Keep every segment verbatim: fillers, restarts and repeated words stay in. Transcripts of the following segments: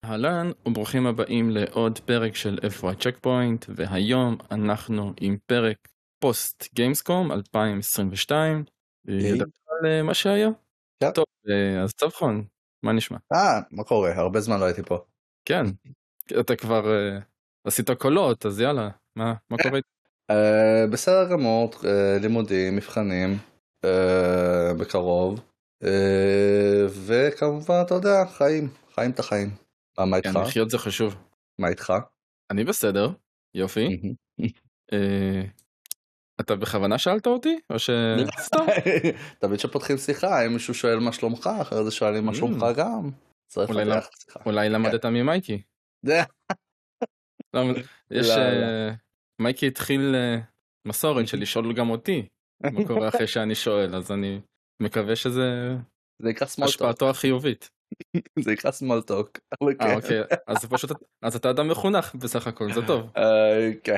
אהלן וברוכים הבאים לעוד פרק של אף וואי צ'קפוינט, והיום אנחנו עם פרק פוסט גיימסקום אלפיים עשרים ושתיים, נדבר על מה שהיה. טוב, אז צבחון, מה נשמע? אה, מה קורה? הרבה זמן לא הייתי פה. כן, אתה כבר עשית קולות, אז יאללה, מה קורה? בסדר גמור, לימודים, מבחנים, בקרוב, וכמובן, אתה יודע, חיים, חיים את החיים. מה איתך? כן, לחיות זה חשוב. מה איתך? אני בסדר, יופי. אתה בכוונה שאלת אותי? או שסתם? תמיד שפותחים שיחה, אם מישהו שואל מה שלומך, אחרי זה שואלים מה שלומך גם. אולי למדת ממייקי. יש... מייקי התחיל מסורת של לשאול גם אותי מה קורה אחרי שאני שואל, אז אני מקווה שזה השפעתו החיובית. זה יקרה small talk. אה, אוקיי, אז פשוט, אז אתה אדם מחונך בסך הכל, זה טוב. כן.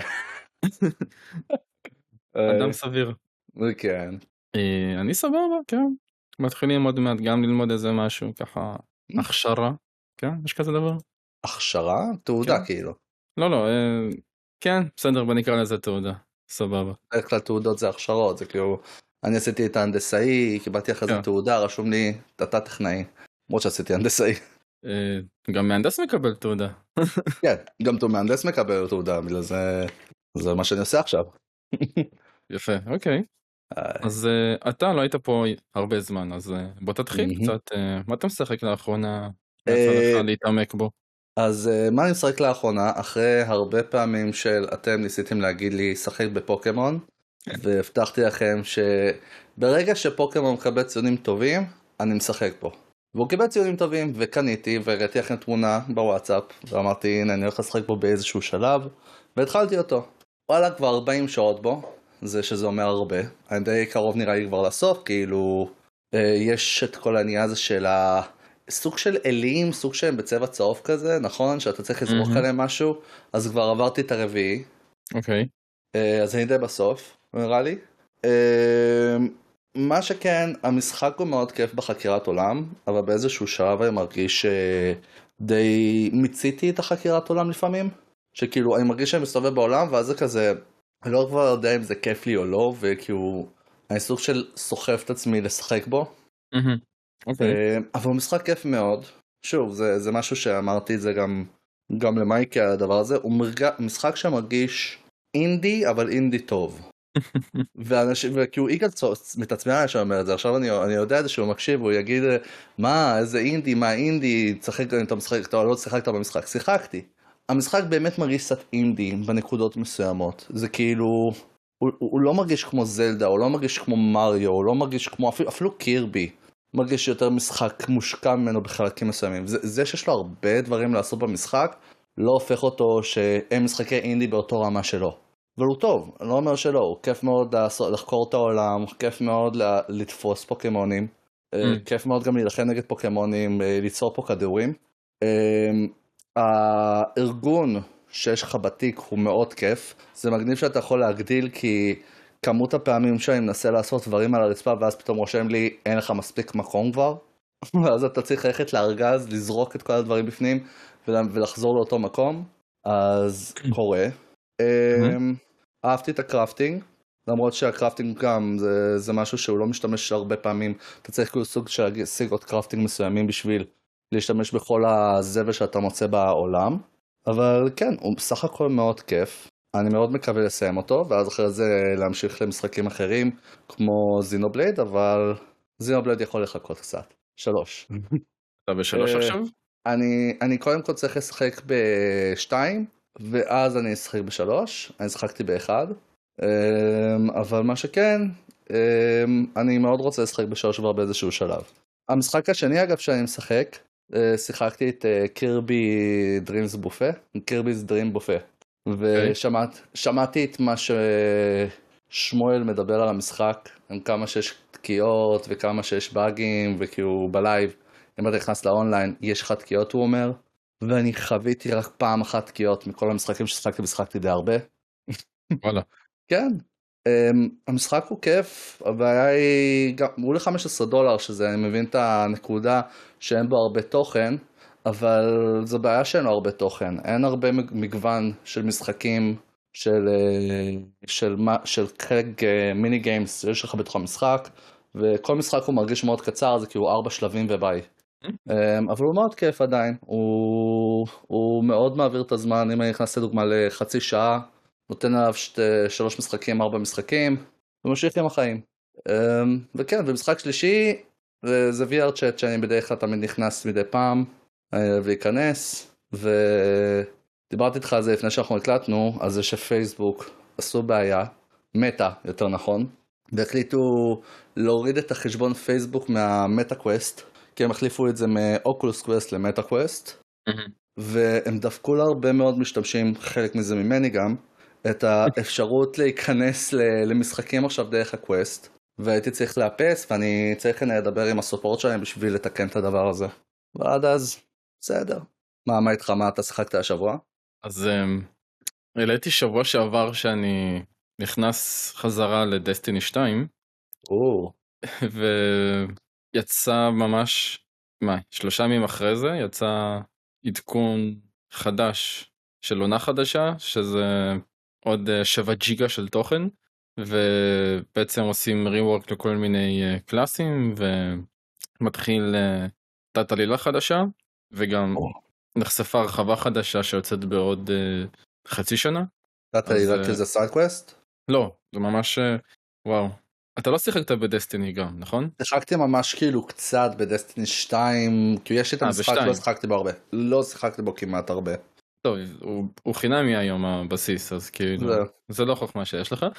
אדם סביר. כן. אני סבבה, כן. מתחילים עוד מעט גם ללמוד איזה משהו, ככה, הכשרה. כן, יש כזה דבר? הכשרה? תעודה כאילו. לא, לא, כן, בסדר, בוא נקרא לזה תעודה. סבבה. בדרך כלל תעודות זה הכשרות, זה כאילו, אני עשיתי את ההנדסאי, קיבלתי אחרי זה תעודה, רשום לי, אתה טכנאי. למרות שעשיתי הנדסאי. גם מהנדס מקבל תעודה. כן, גם מהנדס מקבל תעודה, בגלל זה, זה מה שאני עושה עכשיו. יפה, אוקיי. אז אתה לא היית פה הרבה זמן, אז בוא תתחיל קצת, מה אתה משחק לאחרונה, מה יצא לך להתעמק בו? אז מה אני משחק לאחרונה, אחרי הרבה פעמים של אתם ניסיתם להגיד לי, שחק בפוקמון, והבטחתי לכם שברגע שפוקמון מקבל ציונים טובים, אני משחק פה. והוא קיבל ציונים טובים, וקניתי, והראיתי לכם תמונה בוואטסאפ, ואמרתי, הנה, אני הולך לשחק בו באיזשהו שלב, והתחלתי אותו. וואלה, כבר ארבעים שעות בו, זה שזה אומר הרבה. אני די קרוב נראה לי כבר לסוף, כאילו, יש את כל העניין הזה של הסוג של אלים, סוג שהם בצבע צהוב כזה, נכון? שאתה צריך לזרוק עליהם משהו, אז כבר עברתי את הרביעי. אוקיי. אז אני די בסוף, נראה לי. מה שכן, המשחק הוא מאוד כיף בחקירת עולם, אבל באיזשהו שלב אני מרגיש שדי מיציתי את החקירת עולם לפעמים, שכאילו אני מרגיש שאני מסתובב בעולם, ואז זה כזה, אני לא כבר יודע אם זה כיף לי או לא, וכאילו אני סוג של סוחף את עצמי לשחק בו. אבל הוא משחק כיף מאוד. שוב, זה, זה משהו שאמרתי את זה גם, גם למייקי על הדבר הזה, הוא מרג... משחק שמרגיש אינדי, אבל אינדי טוב. ואנשים, וכאילו איגל מתעצמי עליי שאומר את זה, עכשיו אני, אני יודע את זה שהוא מקשיב, הוא יגיד, מה, איזה אינדי, מה אינדי, תשחק, אתה משחק, אתה לא שיחקת במשחק, שיחקתי. המשחק באמת מרגיש קצת אינדי בנקודות מסוימות, זה כאילו, הוא, הוא לא מרגיש כמו זלדה, הוא לא מרגיש כמו מריו, הוא לא מרגיש כמו, אפילו, אפילו קירבי, מרגיש יותר משחק מושקע ממנו בחלקים מסוימים. זה, זה שיש לו הרבה דברים לעשות במשחק, לא הופך אותו שהם משחקי אינדי באותו רמה שלו. אבל הוא טוב, אני לא אומר שלא, הוא כיף מאוד לחקור את העולם, כיף מאוד לתפוס פוקמונים, mm. כיף מאוד גם להילחם נגד פוקמונים, ליצור פה כדורים. הארגון שיש לך בתיק הוא מאוד כיף, זה מגניב שאתה יכול להגדיל כי כמות הפעמים שאני מנסה לעשות דברים על הרצפה ואז פתאום רושם לי אין לך מספיק מקום כבר, ואז אתה צריך ללכת לארגז, לזרוק את כל הדברים בפנים ולחזור לאותו מקום, אז קורה. אהבתי את הקראפטינג, למרות שהקראפטינג גם זה, זה משהו שהוא לא משתמש הרבה פעמים, אתה צריך כאילו סוג של סיגות קראפטינג מסוימים בשביל להשתמש בכל הזבל שאתה מוצא בעולם, אבל כן, הוא בסך הכל מאוד כיף, אני מאוד מקווה לסיים אותו, ואז אחרי זה להמשיך למשחקים אחרים, כמו זינובלייד, אבל זינובלייד יכול לחכות קצת. שלוש. אתה בשלוש עכשיו? אני, אני קודם כל צריך לשחק בשתיים, ואז אני אשחק בשלוש, אני שחקתי באחד, אבל מה שכן, אני מאוד רוצה לשחק בשלוש כבר באיזשהו שלב. המשחק השני אגב שאני משחק, שיחקתי את קירבי דרימס בופה, קירבי's דרים בופה, ושמעתי את מה ששמואל מדבר על המשחק, כמה שיש תקיעות וכמה שיש באגים, וכאילו בלייב, אם אתה נכנס לאונליין, יש לך תקיעות הוא אומר, ואני חוויתי רק פעם אחת תקיעות מכל המשחקים ששחקתי, ושחקתי די הרבה. וואלה. כן. המשחק הוא כיף, הבעיה היא, הוא ל-חמישה עשר דולר, שזה, אני מבין את הנקודה שאין בו הרבה תוכן, אבל זו בעיה שאין לו הרבה תוכן, אין הרבה מגוון של משחקים, של, של, של חלק מיני גיימס, יש לך בתוך המשחק, וכל משחק הוא מרגיש מאוד קצר, זה כאילו ארבע שלבים וביי. אבל הוא מאוד כיף עדיין, הוא, הוא מאוד מעביר את הזמן, אם אני נכנס לדוגמה לחצי שעה, נותן עליו שתי, שלוש משחקים, ארבע משחקים, וממשיך עם החיים. וכן, ומשחק שלישי, זה וי אר צ'אט שאני בדרך כלל תמיד נכנס מדי פעם, להיכנס, ודיברתי איתך על זה לפני שאנחנו הקלטנו, על זה שפייסבוק עשו בעיה, מטה יותר נכון, והחליטו להוריד את החשבון פייסבוק מהמטה קווסט, כי הם החליפו את זה מאוקולוס קווסט למטה קווסט, והם דפקו להרבה מאוד משתמשים, חלק מזה ממני גם, את האפשרות להיכנס למשחקים עכשיו דרך הקווסט, והייתי צריך לאפס, ואני צריך לדבר עם הסופורט שלהם בשביל לתקן את הדבר הזה. ועד אז, בסדר. מה, מה איתך? מה אתה שחקת השבוע? אז העליתי שבוע שעבר שאני נכנס חזרה לדסטיני שתיים, או. ויצא ממש, מה, שלושה ימים אחרי זה, יצא עדכון חדש של עונה חדשה, שזה עוד שבע ג'יגה של תוכן, ובעצם עושים ריוורק לכל מיני קלאסים, ומתחיל תת עלילה חדשה, וגם נחשפה הרחבה חדשה שיוצאת בעוד חצי שנה. תת עלילה כזה סיידקווסט? לא, זה ממש, וואו. אתה לא שיחקת בדסטיני גם, נכון? שיחקתי ממש כאילו קצת בדסטיני שתיים, כי יש את המשחק, לא שיחקתי בו הרבה. לא שיחקתי בו כמעט הרבה. טוב, הוא, הוא חינמי היום הבסיס, אז כאילו, זה, זה לא חוכמה שיש לך.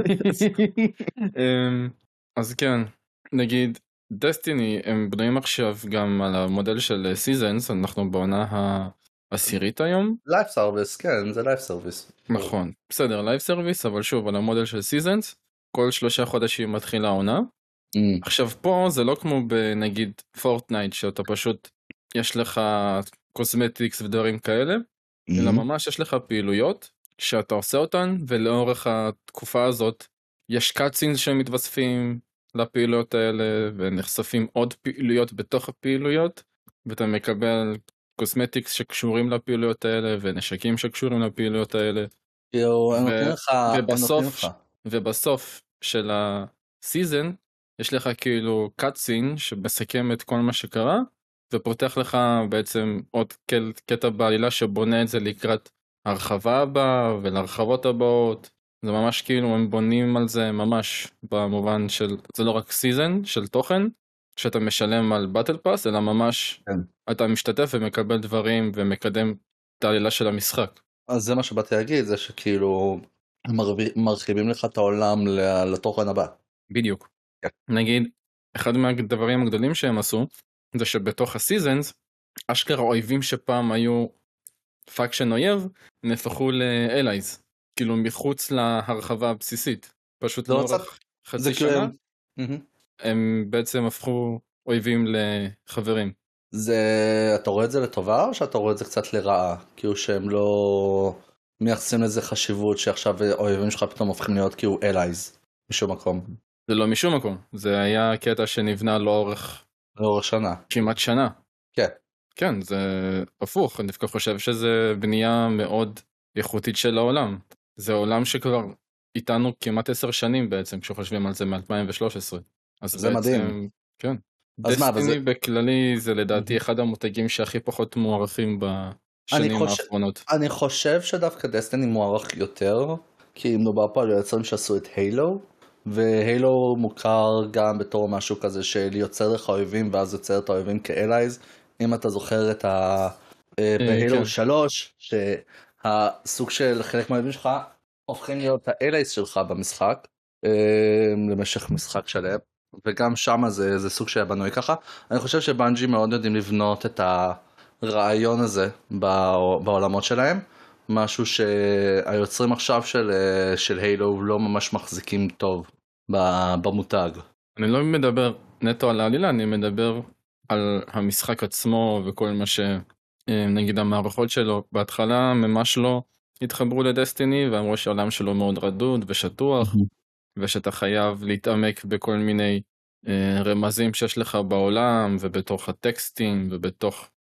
אז כן, נגיד, דסטיני, הם בנויים עכשיו גם על המודל של סיזנס, אנחנו בעונה העשירית היום. לייב סרוויס, כן, זה לייב סרוויס. נכון, בסדר, לייב סרוויס, אבל שוב, על המודל של סיזנס, כל שלושה חודשים מתחילה העונה. Mm. עכשיו פה זה לא כמו בנגיד פורטנייט, שאתה פשוט, יש לך קוסמטיקס ודברים כאלה, mm-hmm. אלא ממש יש לך פעילויות, שאתה עושה אותן, ולאורך התקופה הזאת, יש קאצינס שמתווספים לפעילויות האלה, ונחשפים עוד פעילויות בתוך הפעילויות, ואתה מקבל קוסמטיקס שקשורים לפעילויות האלה, ונשקים שקשורים לפעילויות האלה. יו, הם נותנים לך, ובסוף, ובסוף של הסיזן, יש לך כאילו קאצין שמסכם את כל מה שקרה, ופותח לך בעצם עוד קטע בעלילה שבונה את זה לקראת הרחבה הבאה ולהרחבות הבאות. זה ממש כאילו הם בונים על זה ממש במובן של, זה לא רק סיזן של תוכן, שאתה משלם על באטל פאס, אלא ממש כן. אתה משתתף ומקבל דברים ומקדם את העלילה של המשחק. אז זה מה שבאתי להגיד, זה שכאילו מרחיבים לך את העולם לתוכן הבא. בדיוק. Yeah. נגיד, אחד מהדברים הגדולים שהם עשו, זה שבתוך הסיזנס, אשכרה אויבים שפעם היו פאקשן אויב, נהפכו לאלייז, כאילו מחוץ להרחבה הבסיסית. פשוט לאורך לא חצי שנה, כאילו... הם בעצם הפכו אויבים לחברים. זה, אתה רואה את זה לטובה, או שאתה רואה את זה קצת לרעה? כאילו שהם לא מייחסים לזה חשיבות, שעכשיו אויבים שלך פתאום הופכים להיות כאילו אלייז, משום מקום. זה לא משום מקום, זה היה קטע שנבנה לאורך... לאורך שנה. כמעט שנה. כן. כן, זה הפוך, אני דווקא חושב שזה בנייה מאוד איכותית של העולם. זה עולם שכבר איתנו כמעט עשר שנים בעצם, כשחושבים על זה מ-אלפיים ושלוש עשרה. זה בעצם, מדהים. כן. דסטיני בכללי זה לדעתי אחד המותגים שהכי פחות מוערכים בשנים האחרונות. אני חושב שדווקא דסטיני מוערך יותר, כי אם מדובר פה על יוצרים שעשו את הילו, והילו מוכר גם בתור משהו כזה של יוצר לך אויבים ואז יוצר את האויבים כאלייז. אם אתה זוכר את ה... בהילו שלוש, שהסוג של חלק מהאויבים שלך הופכים להיות האלייז שלך במשחק, למשך משחק שלם, וגם שם זה, זה סוג שהיה בנוי ככה. אני חושב שבנג'י מאוד יודעים לבנות את הרעיון הזה בעולמות שלהם, משהו שהיוצרים עכשיו של, של הילו לא ממש מחזיקים טוב במותג. אני לא מדבר נטו על העלילה, אני מדבר על המשחק עצמו וכל מה שנגיד המערכות שלו. בהתחלה ממש לא התחברו לדסטיני ואמרו שהעולם שלו מאוד רדוד ושטוח, ושאתה חייב להתעמק בכל מיני רמזים שיש לך בעולם ובתוך הטקסטים ובתוך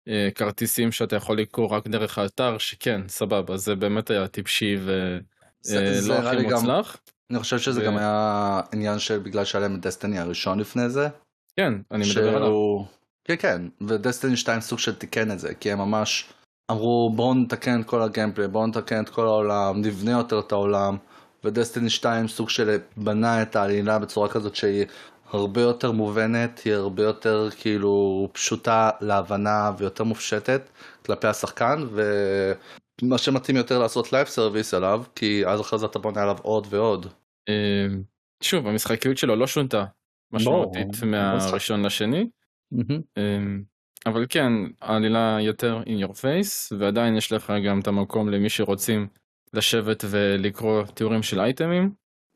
כרטיסים שאתה יכול לקרוא רק דרך האתר, שכן, סבבה, זה באמת היה טיפשי ולא הכי מוצלח. אני חושב שזה גם היה עניין של בגלל שהיה להם דסטיני הראשון לפני זה. כן, אני מדבר עליו. כן, כן, ודסטיני שתיים סוג של תיקן את זה, כי הם ממש אמרו בואו נתקן את כל הגיימפלי, בואו נתקן את כל העולם, נבנה יותר את העולם, ודסטיני שתיים סוג של בנה את העלילה בצורה כזאת שהיא הרבה יותר מובנת, היא הרבה יותר כאילו פשוטה להבנה ויותר מופשטת כלפי השחקן, ומה שמתאים יותר לעשות לייב סרוויס עליו, כי אז אחרי זה אתה בונה עליו עוד ועוד. שוב, המשחקיות שלו לא שונתה משמעותית מהראשון לשני, אבל כן, העלילה יותר in your face, ועדיין יש לך גם את המקום למי שרוצים לשבת ולקרוא תיאורים של אייטמים.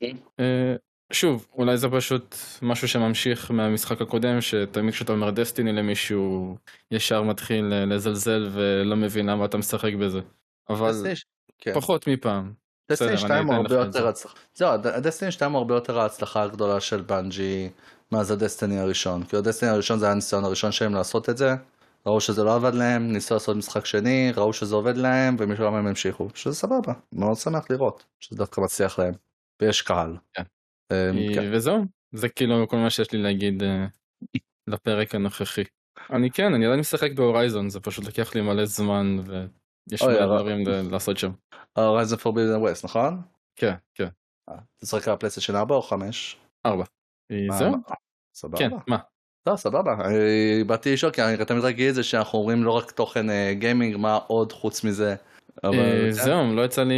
שוב, אולי זה פשוט משהו שממשיך מהמשחק הקודם, שתמיד כשאתה אומר דסטיני למישהו ישר מתחיל לזלזל ולא מבין למה אתה משחק בזה. אבל פחות מפעם. דסטיני שתיים הוא הרבה יותר הצלחה. זהו, דסטיני שתיים הוא הרבה יותר ההצלחה הגדולה של בנג'י מאז הדסטיני הראשון. כי הדסטיני הראשון זה היה הניסיון הראשון שלהם לעשות את זה. ראו שזה לא עבד להם, ניסו לעשות משחק שני, ראו שזה עובד להם, ומשהו למה הם המשיכו. שזה סבבה, מאוד שמח לראות שזה דווקא מצליח להם. ויש קהל. וזהו, זה כאילו כל מה שיש לי להגיד לפרק הנוכחי. אני כן, אני עדיין משחק בהורייזון, זה פשוט לקח לי מלא זמן, ויש לי דברים לעשות שם. הורייזון פורבידן ווסט, נכון? כן, כן. תשחק על הפלייסטיישן ארבע או חמש? ארבע. זהו? סבבה. כן, מה? לא, סבבה. באתי לשאול, כי אני תמיד רגיל את זה שאנחנו אומרים לא רק תוכן גיימינג, מה עוד חוץ מזה. זהו, לא יצא לי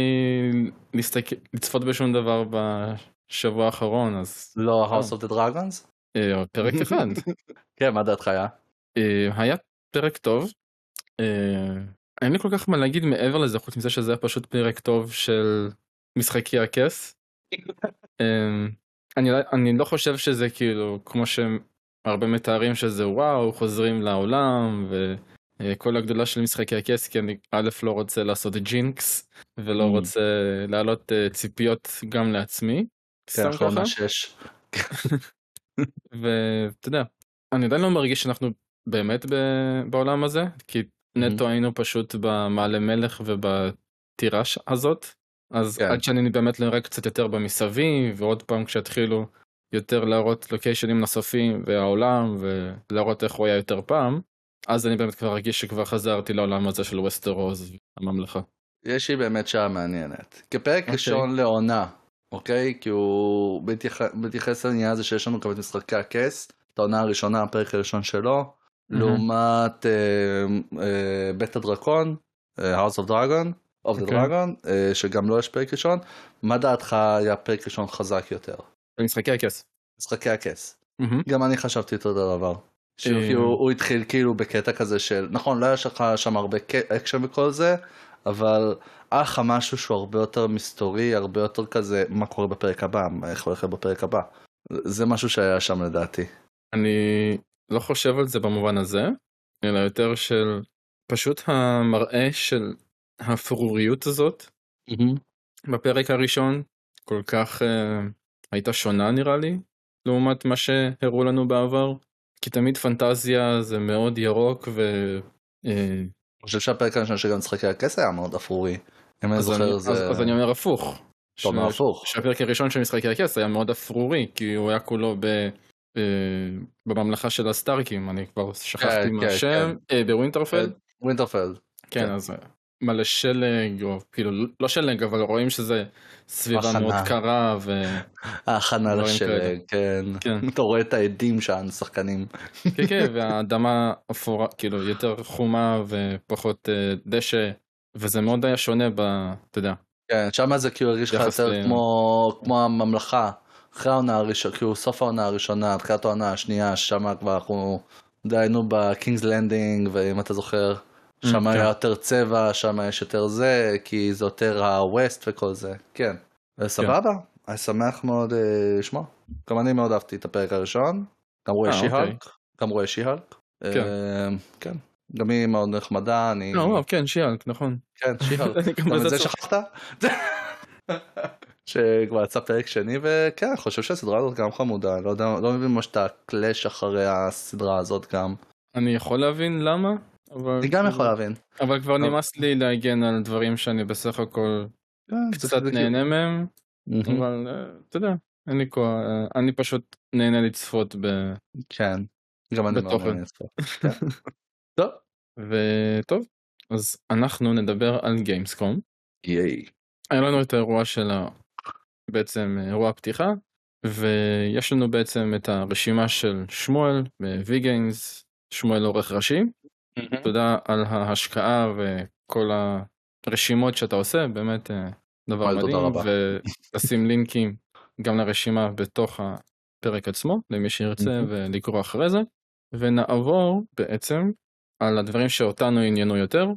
לצפות בשום דבר בשבוע האחרון, אז... לא House of the Dragons? פרק אחד. כן, מה דעתך היה? היה פרק טוב. אין לי כל כך מה להגיד מעבר לזה, חוץ מזה שזה היה פשוט פרק טוב של משחקי הכס. אני לא חושב שזה כאילו, כמו שהרבה מתארים שזה וואו, חוזרים לעולם, וכל הגדולה של משחקי הכס, כי אני א' לא רוצה לעשות ג'ינקס, ולא רוצה להעלות ציפיות גם לעצמי. כן, אחרונה שש. ואתה יודע, אני עדיין לא מרגיש שאנחנו באמת בעולם הזה, כי נטו היינו פשוט במעלה מלך ובטירש הזאת, אז עד שאני באמת נראה קצת יותר במסביב, ועוד פעם כשהתחילו יותר להראות לוקיישנים נוספים והעולם, ולהראות איך הוא היה יותר פעם, אז אני באמת כבר רגיש שכבר חזרתי לעולם הזה של ווסטרוס הממלכה. יש לי באמת שעה מעניינת. כפרק ראשון לעונה, אוקיי? כי הוא מתייחס לעניין הזה שיש לנו כמה משחקי הכס, את העונה הראשונה, הפרק הראשון שלו, לעומת בית הדרקון, House of Dragon, of the Dragon, שגם לא יש פרק ראשון. מה דעתך היה פרק ראשון חזק יותר? משחקי הכס. משחקי הכס. גם אני חשבתי את אותו דבר. הוא התחיל כאילו בקטע כזה של, נכון, לא היה לך שם הרבה אקשן וכל זה, אבל היה לך משהו שהוא הרבה יותר מסתורי, הרבה יותר כזה, מה קורה בפרק הבא, איך הולך בפרק הבא. זה משהו שהיה שם לדעתי. אני לא חושב על זה במובן הזה, אלא יותר של פשוט המראה של הפרוריות הזאת, בפרק הראשון, כל כך הייתה שונה נראה לי, לעומת מה שהראו לנו בעבר, כי תמיד פנטזיה זה מאוד ירוק ו... אני חושב שהפרק הראשון שגם משחקי הכס היה מאוד אפרורי. אז אני אומר הפוך. אתה אומר הפוך. שהפרק הראשון של משחקי הכס היה מאוד אפרורי, כי הוא היה כולו בממלכה של הסטארקים, אני כבר שכחתי מהשם, בווינטרפלד. ווינטרפלד. כן, אז מלא שלג, או כאילו לא שלג, אבל רואים שזה סביבה מאוד קרה. ההכנה לשלג, כן. אתה רואה את העדים שם, שחקנים. כן, כן, והאדמה אפורה, כאילו יותר חומה ופחות דשא, וזה מאוד היה שונה, אתה יודע. כן, שם זה כאילו הרגיש לך יותר כמו הממלכה, אחרי העונה הראשונה, כאילו סוף העונה הראשונה, תחילת העונה השנייה, שם כבר אנחנו דיינו בקינגס לנדינג, ואם אתה זוכר, שם היה יותר צבע, שם יש יותר זה, כי זה יותר הווסט וכל זה, כן. סבבה, אני שמח מאוד לשמוע. גם אני מאוד אהבתי את הפרק הראשון, גם רואה שי-הלק, גם רואה שי-הלק. כן, גם היא מאוד נחמדה, אני... כן, שי-הלק, נכון. כן, שי-הלק. גם את זה שכחת? שכבר יצא פרק שני, וכן, אני חושב שהסדרה הזאת גם חמודה, לא מבין ממש את הקלאש אחרי הסדרה הזאת גם. אני יכול להבין למה, אני גם יכול להבין. אבל כבר נמאס לי להגן על דברים שאני בסך הכל קצת נהנה מהם, אבל אתה יודע, אין לי כוח, אני פשוט נהנה לצפות ב... כן, גם אני מאוד נהנה לצפות. טוב. וטוב, אז אנחנו נדבר על גיימסקום. ייי. היה לנו את האירוע של בעצם אירוע הפתיחה, ויש לנו בעצם את הרשימה של שמואל ב-V-Games, שמואל עורך ראשי. תודה על ההשקעה וכל הרשימות שאתה עושה, באמת דבר מדהים, ולשים לינקים גם לרשימה בתוך הפרק עצמו, למי שירצה ולקרוא אחרי זה, ונעבור בעצם על הדברים שאותנו עניינו יותר.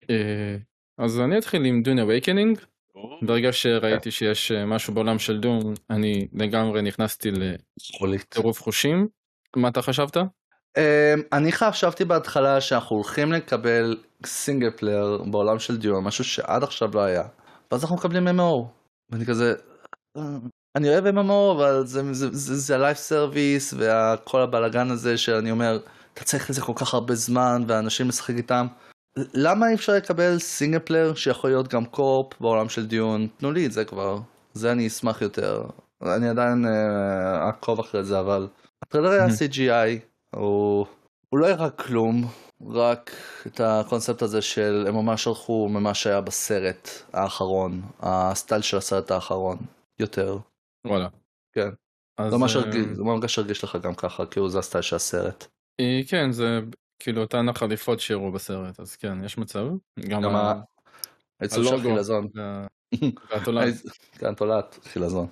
אז אני אתחיל עם Dune Awakening. ברגע שראיתי שיש משהו בעולם של דום, אני לגמרי נכנסתי לטירוף חושים. מה אתה חשבת? אני חשבתי בהתחלה שאנחנו הולכים לקבל סינגל פלייר בעולם של דיון, משהו שעד עכשיו לא היה, ואז אנחנו מקבלים אם אם או, ואני כזה, אני אוהב אם אם או, אבל זה, זה, זה, זה הלייב סרוויס וכל הבלגן הזה שאני אומר, אתה צריך לזה כל כך הרבה זמן ואנשים משחק איתם, למה אי אפשר לקבל סינגל פלייר שיכול להיות גם קורפ בעולם של דיון? תנו לי את זה כבר, זה אני אשמח יותר, אני עדיין uh, אעקוב אחרי זה, אבל הטריילר היה סי ג'י איי, הוא, הוא לא הראה כלום, רק את הקונספט הזה של הם ממש הלכו ממה שהיה בסרט האחרון, הסטייל של הסרט האחרון, יותר. וואלה. כן. זה ממש הרגיש, זה ממש הרגיש לך גם ככה, כאילו זה הסטייל של הסרט. כן, זה כאילו אותן החליפות שהראו בסרט, אז כן, יש מצב. גם העיצוב של חילזון. והתולעת. כן, תולעת, חילזון.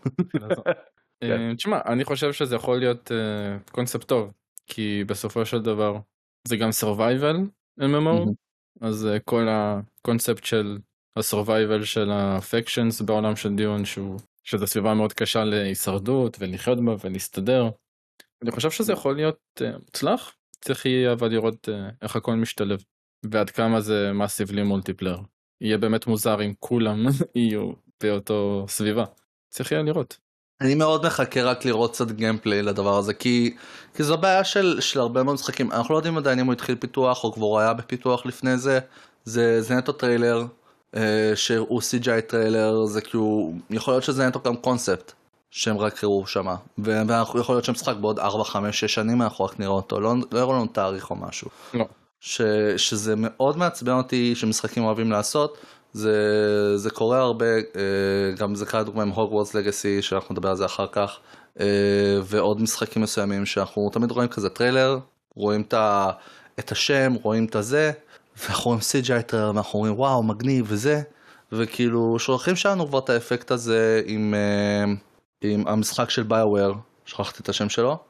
תשמע, אני חושב שזה יכול להיות קונספט טוב, כי בסופו של דבר זה גם survival אם אם או, אז כל הקונספט של ה-survival של ה-factions בעולם של דיון, שזו סביבה מאוד קשה להישרדות ולחיות בה ולהסתדר, אני חושב שזה יכול להיות מוצלח, צריך יהיה אבל לראות איך הכל משתלב, ועד כמה זה מאסיבלי מולטיפלייר, יהיה באמת מוזר אם כולם יהיו באותו סביבה, צריך יהיה לראות. אני מאוד מחכה רק לראות קצת גיימפליי לדבר הזה, כי, כי זו בעיה של, של הרבה מאוד משחקים. אנחנו לא יודעים עדיין אם הוא התחיל פיתוח או כבר היה בפיתוח לפני זה. זה, זה נטו טריילר, אה, שהוא סי ג'י איי טריילר, זה כאילו, יכול להיות שזה נטו גם קונספט שהם רק קראו שמה. ויכול להיות שהם משחק בעוד ארבע, חמש, שש שנים אנחנו רק נראה אותו, לא, לא יראו לנו תאריך או משהו. לא. ש, שזה מאוד מעצבן אותי שמשחקים אוהבים לעשות. זה, זה קורה הרבה, גם זה קרה דוגמה עם הוגוורטס לגאסי, שאנחנו נדבר על זה אחר כך, ועוד משחקים מסוימים שאנחנו תמיד רואים כזה טריילר, רואים את השם, רואים את הזה, ואנחנו רואים סי ג'י איי טריילר, ואנחנו רואים וואו, מגניב וזה, וכאילו שולחים שלנו כבר את האפקט הזה עם, עם המשחק של ביואר, שכחתי את השם שלו,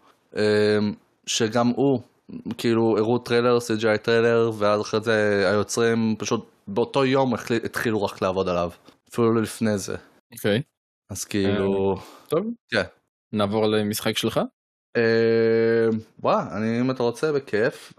שגם הוא, כאילו הראו טריילר, סי ג'י איי טריילר, ואז אחרי זה היוצרים פשוט באותו יום התחילו רק לעבוד עליו, אפילו לפני זה. אוקיי. אז כאילו... טוב. כן. נעבור למשחק שלך? וואו, אני אם אתה רוצה בכיף.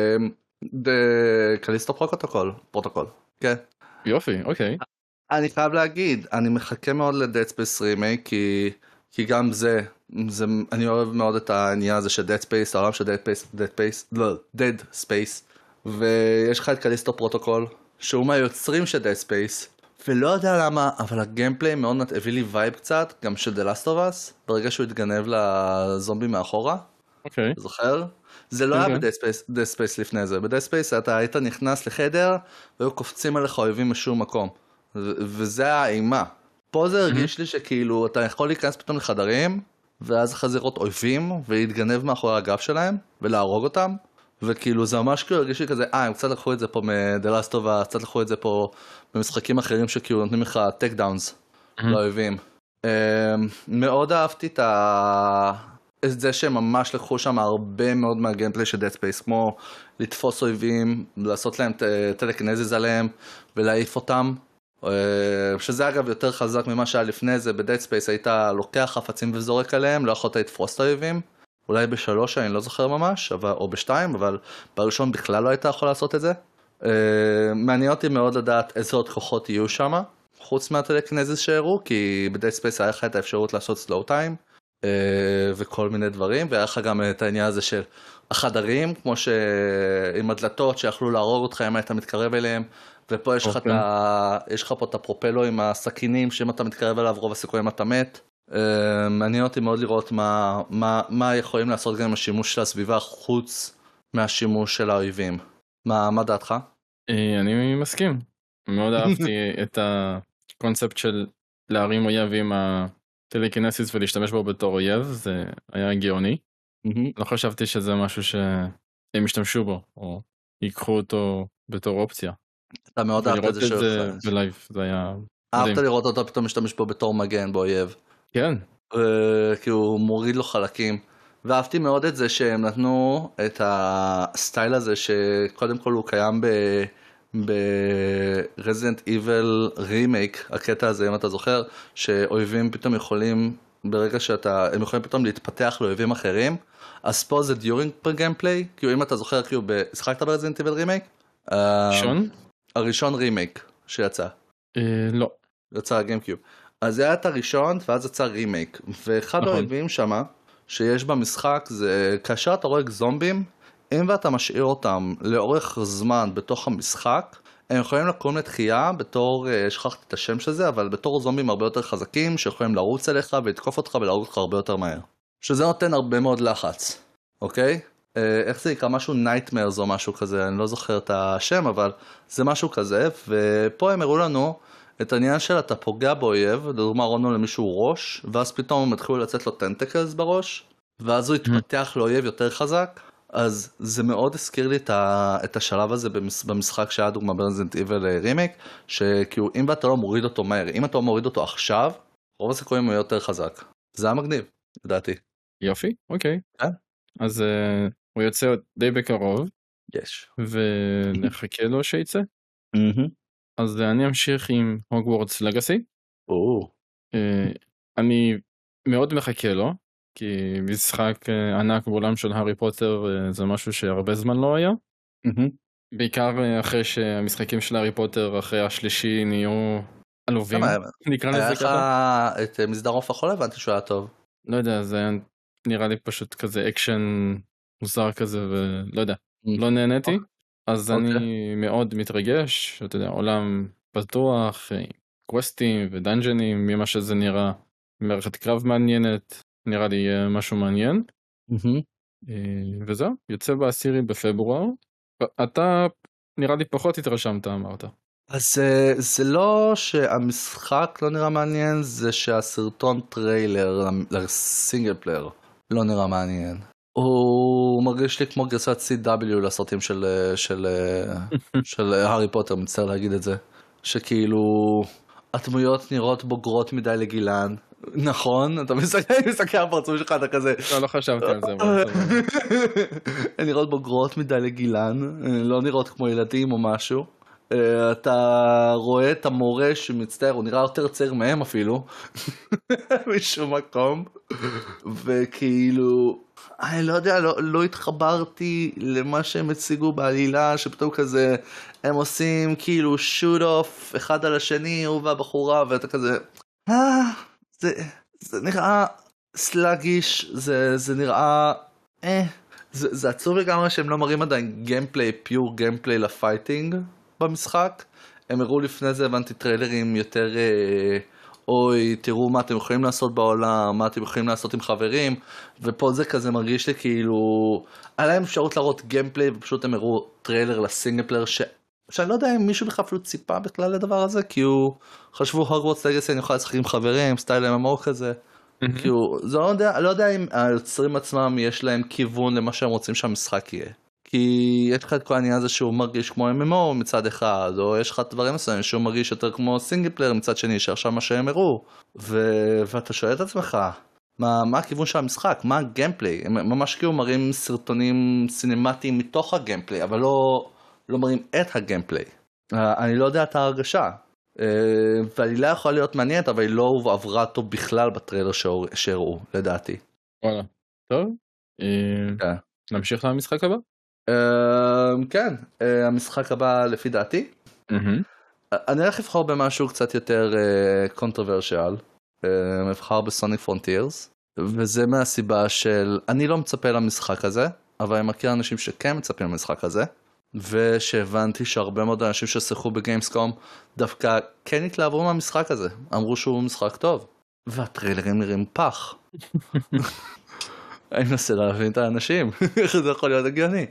קליסטו פרוטוקול, פרוטוקול. כן. יופי, אוקיי. אני חייב להגיד, אני מחכה מאוד ל-Dead Space Remake, כי, כי גם זה, זה, אני אוהב מאוד את העניין הזה של Dead Space, העולם של Dead Space, Dead Space, לא, Dead Space, ויש לך את קליסטו פרוטוקול, שהוא מהיוצרים של Dead Space, ולא יודע למה, אבל הגיימפליי מאוד מעט הביא לי וייב קצת, גם של The Last of Us, ברגע שהוא התגנב לזומבי מאחורה. אוקיי. זוכר? זה לא היה ב-Dead Space, Dead Space לפני זה. ב-Dead Space אתה היית נכנס לחדר, והיו קופצים עליך אויבים משום מקום. וזה האימה. פה זה הרגיש לי שכאילו, אתה יכול להיכנס פתאום לחדרים, ואז חזירות אויבים, ולהתגנב מאחורי הגב שלהם, ולהרוג אותם. וכאילו זה ממש כאילו הרגיש לי כזה, אה, הם קצת לקחו את זה פה מ-The Last of Us, קצת לקחו את זה פה במשחקים אחרים שכאילו נותנים לך טק דאונס לאויבים. מאוד אהבתי את זה שהם ממש לקחו שם הרבה מאוד מהגיימפליי של Dead Space, כמו לתפוס אויבים, לעשות להם טלקינזיס עליהם ולהעיף אותם, שזה אגב יותר חזק ממה שהיה לפני זה. ב-Dead Space היית לוקח חפצים וזורק עליהם, לא יכולת לתפוס את האויבים. אולי בשלוש, אני לא זוכר ממש, אבל, או בשתיים, אבל בראשון בכלל לא היית יכול לעשות את זה. אה, מעניין אותי מאוד לדעת איזה עוד כוחות יהיו שם, חוץ מהטלקינזיס שהראו, כי ב-Dead Space היה לך את האפשרות לעשות slow time, וכל מיני דברים, והיה לך גם את העניין הזה של החדרים, כמו שעם הדלתות שיכלו להרוג אותך אם היית מתקרב אליהם, ופה יש לך את ה... יש לך פה את הפרופלו עם הסכינים, שאם אתה מתקרב אליו רוב הסיכויים אתה מת. מעניין אותי מאוד לראות מה, מה, מה יכולים לעשות גם עם השימוש של הסביבה חוץ מהשימוש של האויבים. מה, מה דעתך? אני מסכים. מאוד אהבתי את הקונספט של להרים אויב עם הטלקינסיס ולהשתמש בו בתור אויב, זה היה גאוני. לא חשבתי שזה משהו שהם ישתמשו בו, או ייקחו אותו בתור אופציה. אתה מאוד אהבת את זה בלייב, זה היה... אהבת לראות אותו פתאום משתמש בו בתור מגן באויב. כן. כי הוא מוריד לו חלקים. ואהבתי מאוד את זה שהם נתנו את הסטייל הזה שקודם כל הוא קיים ב-Resident Evil Remake, הקטע הזה אם אתה זוכר, שאויבים פתאום יכולים, ברגע שאתה, הם יכולים פתאום להתפתח לאויבים אחרים, אז פה זה during per gameplay, כאילו אם אתה זוכר, כאילו, שחקת ב-Resident Evil Remake? ראשון? הראשון רימייק שיצא. לא. יצא הגיימקיוב. אז זה היה את הראשון, ואז יצא רימייק. ואחד האויבים שמה, שיש במשחק, זה כאשר אתה רואה זומבים, אם ואתה משאיר אותם לאורך זמן בתוך המשחק, הם יכולים לקום לתחייה בתור, שכחתי את השם של זה, אבל בתור זומבים הרבה יותר חזקים, שיכולים לרוץ אליך ולתקוף אותך ולהרוג אותך הרבה יותר מהר. שזה נותן הרבה מאוד לחץ. אוקיי? איך זה יקרא? משהו Nightmares או משהו כזה, אני לא זוכר את השם, אבל זה משהו כזה, ופה הם הראו לנו את העניין של אתה פוגע באויב, לדוגמה ראינו למישהו ראש, ואז פתאום הם התחילו לצאת לו טנטקלס בראש, ואז הוא התפתח לאויב יותר חזק, אז זה מאוד הזכיר לי את השלב הזה במשחק שהיה דוגמה ב-Resident Evil Remake, שכאילו אם אתה לא מוריד אותו מהר, אם אתה לא מוריד אותו עכשיו, רוב הסיכויים הוא יותר חזק. זה היה מגניב, לדעתי. יופי, אוקיי. כן? אז uh, הוא יוצא די בקרוב, יש. ונחכה לו שיצא. Mm-hmm. אז uh, אני אמשיך עם הוגוורטס לגאסי. Oh. Uh, אני מאוד מחכה לו, כי משחק uh, ענק בעולם של הארי פוטר uh, זה משהו שהרבה זמן לא היה. Mm-hmm. בעיקר uh, אחרי שהמשחקים של הארי פוטר אחרי השלישי נהיו עלובים. נקרא לזה ככה. היה לך את מסדר עוף החול, הבנתי שהוא היה טוב. לא יודע, זה היה נראה לי פשוט כזה אקשן מוזר כזה ולא יודע, לא נהניתי, אז אני מאוד מתרגש, אתה יודע, עולם פתוח, קווסטים ודנג'נים, ממה שזה נראה, מערכת קרב מעניינת, נראה לי משהו מעניין, וזהו, יוצא בעשירי בפברואר, אתה נראה לי פחות התרשמת אמרת. אז זה לא שהמשחק לא נראה מעניין, זה שהסרטון טריילר לסינגל פלייר לא נראה מעניין. הוא מרגיש לי כמו גרסת סי דאבליו לסרטים של של של הארי פוטר, מצטער להגיד את זה, שכאילו הדמויות נראות בוגרות מדי לגילן. נכון, אתה מסתכל על הפרצוף שלך, אתה כזה לא, לא חשבתי על זה. הן נראות בוגרות מדי לגילן, לא נראות כמו ילדים או משהו. אתה רואה את המורה שמצטער, הוא נראה יותר צעיר מהם אפילו, משום מקום, וכאילו, אני לא יודע, לא, לא התחברתי למה שהם הציגו בעלילה, שפתאום כזה, הם עושים כאילו שוט אוף אחד על השני, הוא והבחורה, ואתה כזה, אה, זה, זה נראה סלאגיש, זה, זה נראה, אה, זה, זה עצוב לגמרי שהם לא מראים עדיין גיימפליי, פיור גיימפליי לפייטינג, במשחק. הם הראו לפני זה, הבנתי טריילרים יותר אה, אוי, תראו מה אתם יכולים לעשות בעולם, מה אתם יכולים לעשות עם חברים, ופה זה כזה מרגיש לי כאילו היה להם אפשרות להראות גיימפליי, ופשוט הם הראו טריילר לסינגל פלייר ש... שאני לא יודע אם מישהו בכלל אפילו ציפה בכלל לדבר הזה, כי הוא חשבו הוגוורטס לגאסי אני יכול לשחק עם חברים, סטייל אם אמור כזה, כי הוא, זה לא יודע, לא יודע אם היוצרים עצמם יש להם כיוון למה שהם רוצים שהמשחק יהיה. כי יש לך את כל העניין הזה שהוא מרגיש כמו אם אם או מצד אחד, או יש לך דברים מסוימים שהוא מרגיש יותר כמו סינגל פלייר מצד שני, שעכשיו מה שהם הראו, ו... ואתה שואל את עצמך, מה, מה הכיוון של המשחק, מה הגיימפליי, הם ממש כאילו מראים סרטונים סינמטיים מתוך הגיימפליי, אבל לא, לא מראים את הגיימפליי. אני לא יודע את ההרגשה, והעלילה יכולה להיות מעניינת, אבל היא לא עברה אותו בכלל בטריילר שהראו, לדעתי. וואלה, טוב, נמשיך למשחק הבא? כן, המשחק הבא לפי דעתי. אני הולך לבחור במשהו קצת יותר קונטרוברשיאל, מבחר בסוניק פרונטירס. וזה מהסיבה של, אני לא מצפה למשחק הזה, אבל אני מכיר אנשים שכן מצפים למשחק הזה, ושהבנתי שהרבה מאוד אנשים ששיחקו בגיימסקום, דווקא כן התלהבו מהמשחק הזה, אמרו שהוא משחק טוב, והטריילרים נראים פח. אני מנסה להבין את האנשים, איך זה יכול להיות הגיוני.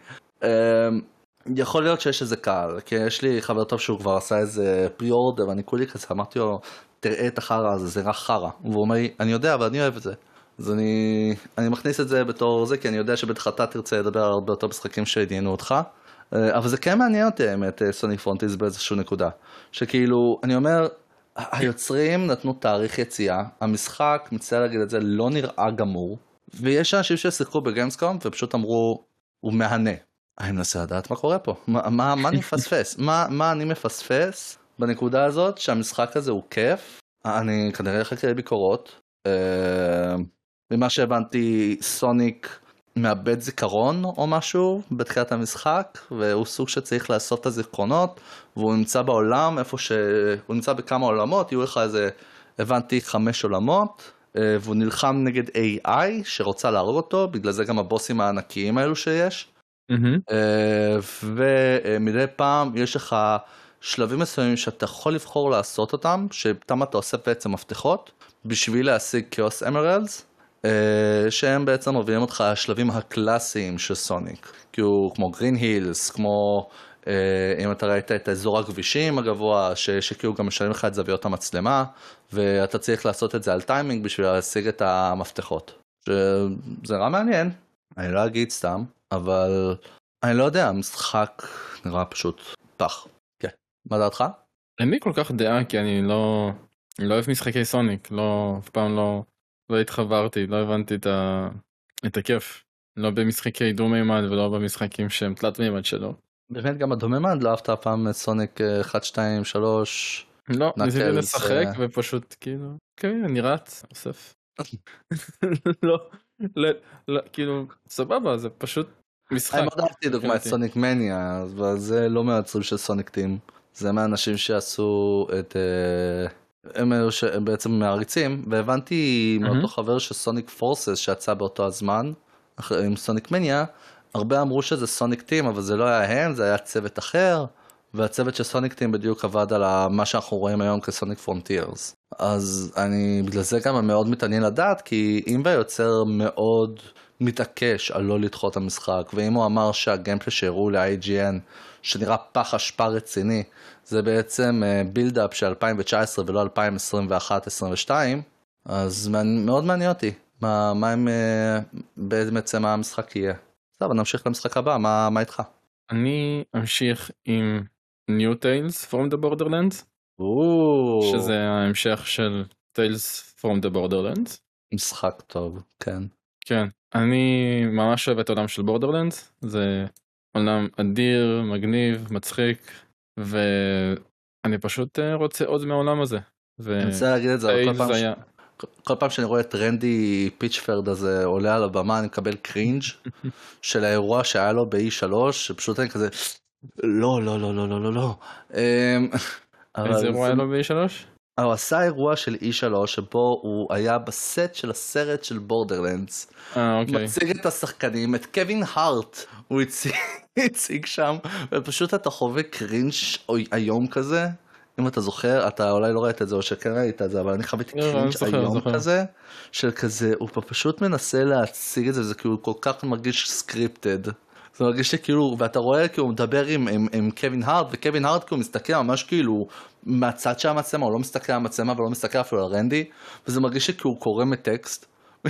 יכול להיות שיש איזה קהל, כי יש לי חבר טוב שהוא כבר עשה איזה פרי-אורדר, ואני כולי כזה, אמרתי לו, תראה את החרא הזה, זה רק חרא. והוא אומר לי, אני יודע, אבל אני אוהב את זה. אז אני, אני מכניס את זה בתור זה, כי אני יודע שבטח אתה תרצה לדבר על הרבה יותר משחקים שעניינו אותך. אבל זה כן מעניין אותי, האמת, סוניק פרונטירס באיזשהו נקודה. שכאילו, אני אומר, היוצרים נתנו תאריך יציאה, המשחק, מצטער להגיד את זה, לא נראה גמור, ויש אנשים ששיחקו בגיימסקום ופשוט אמרו, הוא מהנה. אני מנסה לדעת מה קורה פה, מה, מה, מה אני מפספס, מה, מה אני מפספס בנקודה הזאת שהמשחק הזה הוא כיף, אני כנראה אחכה לביקורות, ממה שהבנתי סוניק מאבד זיכרון או משהו בתחילת המשחק, והוא סוג שצריך לעשות את הזיכרונות, והוא נמצא בעולם איפה שהוא נמצא בכמה עולמות, יהיו לך איזה, הבנתי חמש עולמות, והוא נלחם נגד איי איי שרוצה להרוג אותו, בגלל זה גם הבוסים הענקיים האלו שיש, mm-hmm. ומדי פעם יש לך שלבים מסוימים שאתה יכול לבחור לעשות אותם, שפתאום אתה עושה בעצם מפתחות, בשביל להשיג כאוס אמרלדס, שהם בעצם מובילים אותך השלבים הקלאסיים של סוניק, כאילו כמו גרין הילס, כמו אם אתה ראית את האזור הכבישים הגבוה, שכאילו גם משלמים לך את זוויות המצלמה, ואתה צריך לעשות את זה על טיימינג בשביל להשיג את המפתחות. שזה רע מעניין, אני לא אגיד סתם, אבל אני לא יודע, המשחק נראה פשוט פח. כן, מה דעתך? אין לי כל כך דעה, כי אני לא, לא אוהב משחקי סוניק, לא, אף פעם לא, לא התחברתי, לא הבנתי את, ה, את הכיף. לא במשחקי דו-מימד ולא במשחקים שהם תלת-מימד שלו. באמת גם הדו-מימד, לא אהבת פעם סוניק אחת, שתיים, שלוש? לא, ניסיתי לשחק ופשוט כאילו, כן, אני רץ, אוסף. לא, לא, לא, כאילו, סבבה, זה פשוט משחק. אני מאוד אהבתי דוגמא את סוניק מניה, אבל זה לא מהיוצרים של סוניק טים. זה מהאנשים שעשו את, הם בעצם מעריצים, והבנתי מאותו חבר של סוניק פורסס שיצא באותו הזמן, עם סוניק מניה, הרבה אמרו שזה סוניק טים, אבל זה לא היה הם, זה היה צוות אחר, והצוות של סוניק טים בדיוק עבד על מה שאנחנו רואים היום כסוניק פרונטירס. אז אני בגלל זה גם מאוד מתעניין לדעת, כי אם היוצר מאוד מתעקש על לא לדחות את המשחק, ואם הוא אמר שהגיימפלי שהראו ל-איי ג'י אן, שנראה פח אשפה רציני, זה בעצם בילדאפ של אלפיים תשע עשרה ולא אלפיים עשרים ואחת עשרים ושתיים, אז מאוד מעניין אותי, מה, מה הם, בעצם מה המשחק יהיה. טוב, נמשיך למשחק הבא, מה, מה איתך? אני אמשיך עם New Tales from the Borderlands, או... שזה ההמשך של Tales from the Borderlands. משחק טוב, כן. כן, אני ממש אוהב את העולם של Borderlands, זה עולם אדיר, מגניב, מצחיק, ואני פשוט רוצה עוד מהעולם הזה. אני רוצה להגיד את זה, כל פעם, היה... ש... כל פעם שאני רואה את רנדי פיצ'פרד הזה עולה על הבמה, אני מקבל קרינג' של האירוע שהיה לו ב-אי שלוש, שפשוט אני כזה, לא, לא, לא, לא, לא, לא, לא. איזה אירוע היה לו ב-אי שלוש? הוא עשה אירוע של אי שלוש שבו הוא היה בסט של הסרט של בורדרלנדס, מציג את השחקנים, את קווין הארט הוא הציג, הציג שם, ופשוט אתה חווה קרינג' היום כזה, אם אתה זוכר, אתה אולי לא ראית את זה או שכן ראית את זה, אבל אני חוויתי קרינג' היום כזה, של כזה, הוא פשוט מנסה להציג את זה, זה כאילו כל כך מרגיש סקריפטד, זה מרגיש שכאילו, ואתה רואה כאילו הוא מדבר עם, עם, עם קווין הארט, וקווין הארט כאילו מסתכל ממש כאילו מהצד של המצלמה, הוא לא מסתכל על המצלמה ולא מסתכל אפילו על רנדי, וזה מרגיש שכאילו הוא קורא מטקסט,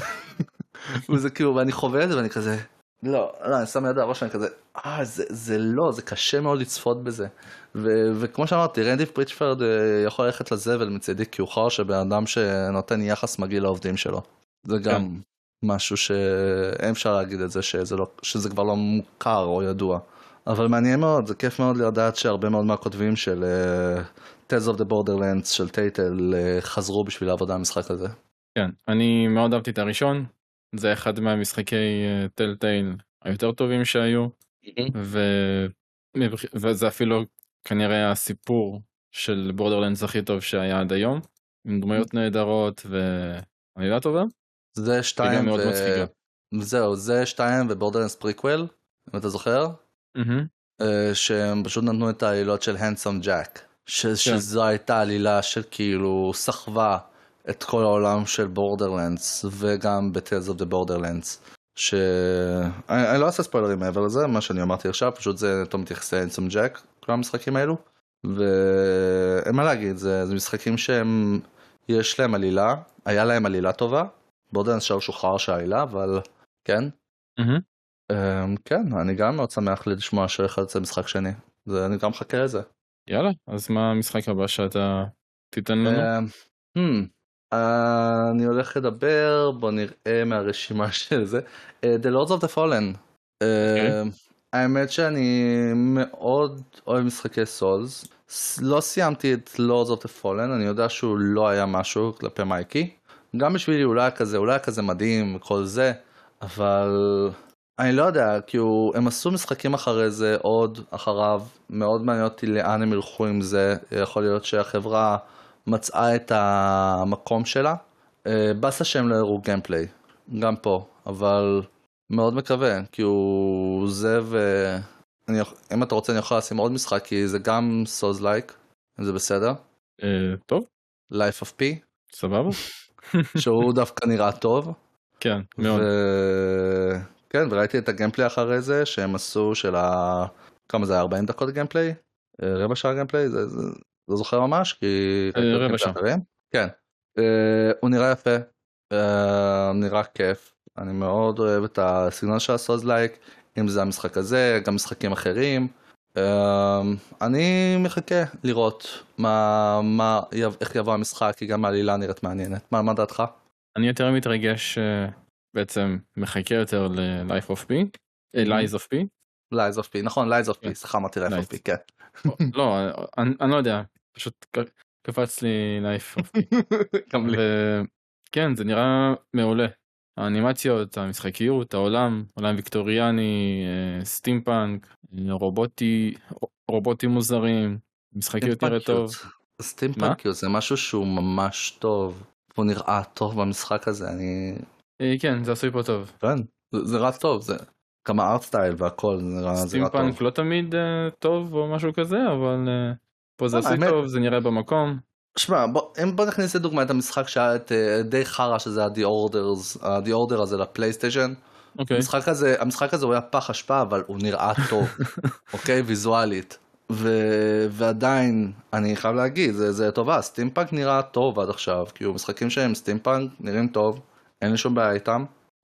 וזה כאילו, ואני חווה את זה ואני כזה, לא, לא, אני שם יד על הראש, אני כזה, אה, זה, זה לא, זה קשה מאוד לצפות בזה, ו, וכמו שאמרתי, רנדי פריצ'פרד יכול ללכת לזבל מצדי, כי הוא חר שבן אדם שנותן יחס מגעיל לעובדים שלו, זה גם... כן. משהו שאין אפשר להגיד את זה, שזה, לא, שזה כבר לא מוכר או ידוע. אבל מעניין מאוד, זה כיף מאוד לדעת שהרבה מאוד מהכותבים של uh, Tales of the Borderlands, של טייטל, uh, חזרו בשביל העבודה המשחק הזה. כן, אני מאוד אהבתי את הראשון, זה אחד מהמשחקי טלטייל uh, היותר טובים שהיו, ו... וזה אפילו כנראה הסיפור של Borderlands הכי טוב שהיה עד היום, עם דמויות נהדרות ועלילה טובה. זה שתיים וגם מאוד ו... מצחיקה. זהו, זה שתיים ובורדרלנדס פריקוול, אם אתה זוכר? מהמם. שהם פשוט נתנו את העלילות של הנדסום ג'ק, ש... שזו הייתה עלילה של כאילו סחבה את כל העולם של בורדרלנדס, וגם ב-Tales of the Borderlands, ש... אני, אני לא אעשה ספוילרים מעבר לזה, מה שאני אמרתי עכשיו, פשוט זה יותר מתייחס להנדסום ג'ק, כל המשחקים האלו, ואין מה להגיד, זה, זה משחקים שהם, יש להם עלילה, היה להם עלילה טובה, בורדרלנדס שלוש שוחרר של העלילה, אבל כן. מהמם. Um, כן, אני גם מאוד שמח לשמוע שאחד יוצא משחק שני. זה, אני גם מחכה לזה. יאללה, אז מה המשחק הבא שאתה תיתן לנו? Um, hmm, uh, אני הולך לדבר, בוא נראה מהרשימה של זה. Uh, The Lords of the Fallen. Uh, Okay. האמת שאני מאוד אוהב משחקי סולס. לא סיימתי את Lords of the Fallen, אני יודע שהוא לא היה משהו כלפי מייקי. גם בשבילי אולי היה כזה, אולי היה כזה מדהים וכל זה, אבל... אני לא יודע, כי הוא, הם עשו משחקים אחרי זה, עוד אחריו, מאוד מעניין אותי לאן הם ילכו עם זה, יכול להיות שהחברה מצאה את המקום שלה, בסה שהם לא הראו גיימפליי, גם פה, אבל מאוד מקווה, כי הוא זה ו... אני, אם אתה רוצה אני יכול לשים עוד משחק, כי זה גם סוז לייק, אם זה בסדר. אה, טוב, Life of P, סבבה. שהוא דווקא נראה טוב. כן, מאוד. ו... כן, וראיתי את הגיימפליי אחרי זה, שהם עשו של ה... כמה זה היה? ארבעים דקות גיימפליי? רבע שעה גיימפליי? זה, זה, זה זוכר ממש? כי... אה, רבע שעה. כן. Uh, הוא נראה יפה, uh, נראה כיף. אני מאוד אוהב את הסגנון של הסוז לייק, אם זה המשחק הזה, גם משחקים אחרים. Uh, אני מחכה לראות מה, מה, איך יבוא המשחק, כי גם העלילה נראית מעניינת. מה, מה דעתך? אני יותר מתרגש, בעצם מחכה יותר ל-Life of P, Lies of P. Lies of P, נכון, Lies of P, סליחה, אמרתי Life of P, כן. לא, אני לא יודע, פשוט קפץ לי Life of P. כן, זה נראה מעולה. האנימציות, המשחקיות, העולם, עולם ויקטוריאני, סטימפאנק, רובוטי, רובוטים מוזרים, משחקיות נראה טוב. סטימפאנקיות זה משהו שהוא ממש טוב, הוא נראה טוב במשחק הזה, אני... כן, זה עשוי פה טוב. כן, זה נראה טוב, זה כמה ארט סטייל והכל, זה נראה טוב. סטימפאנק לא תמיד טוב או משהו כזה, אבל פה זה עשוי טוב, זה נראה במקום. שמע, בוא נכניס לדוגמה את המשחק שהיה די חרה, שזה ה-The Orders, ה-The Order הזה לפלייסטיישן. המשחק הזה, המשחק הזה הוא היה פח אשפה, אבל הוא נראה טוב, אוקיי, ויזואלית. ועדיין, אני חייב להגיד, זה טובה, סטימפאנק נראה טוב עד עכשיו, כי הוא משחקים שהם סטימפאנק נראים טוב, אין לי שום בעיה איתם.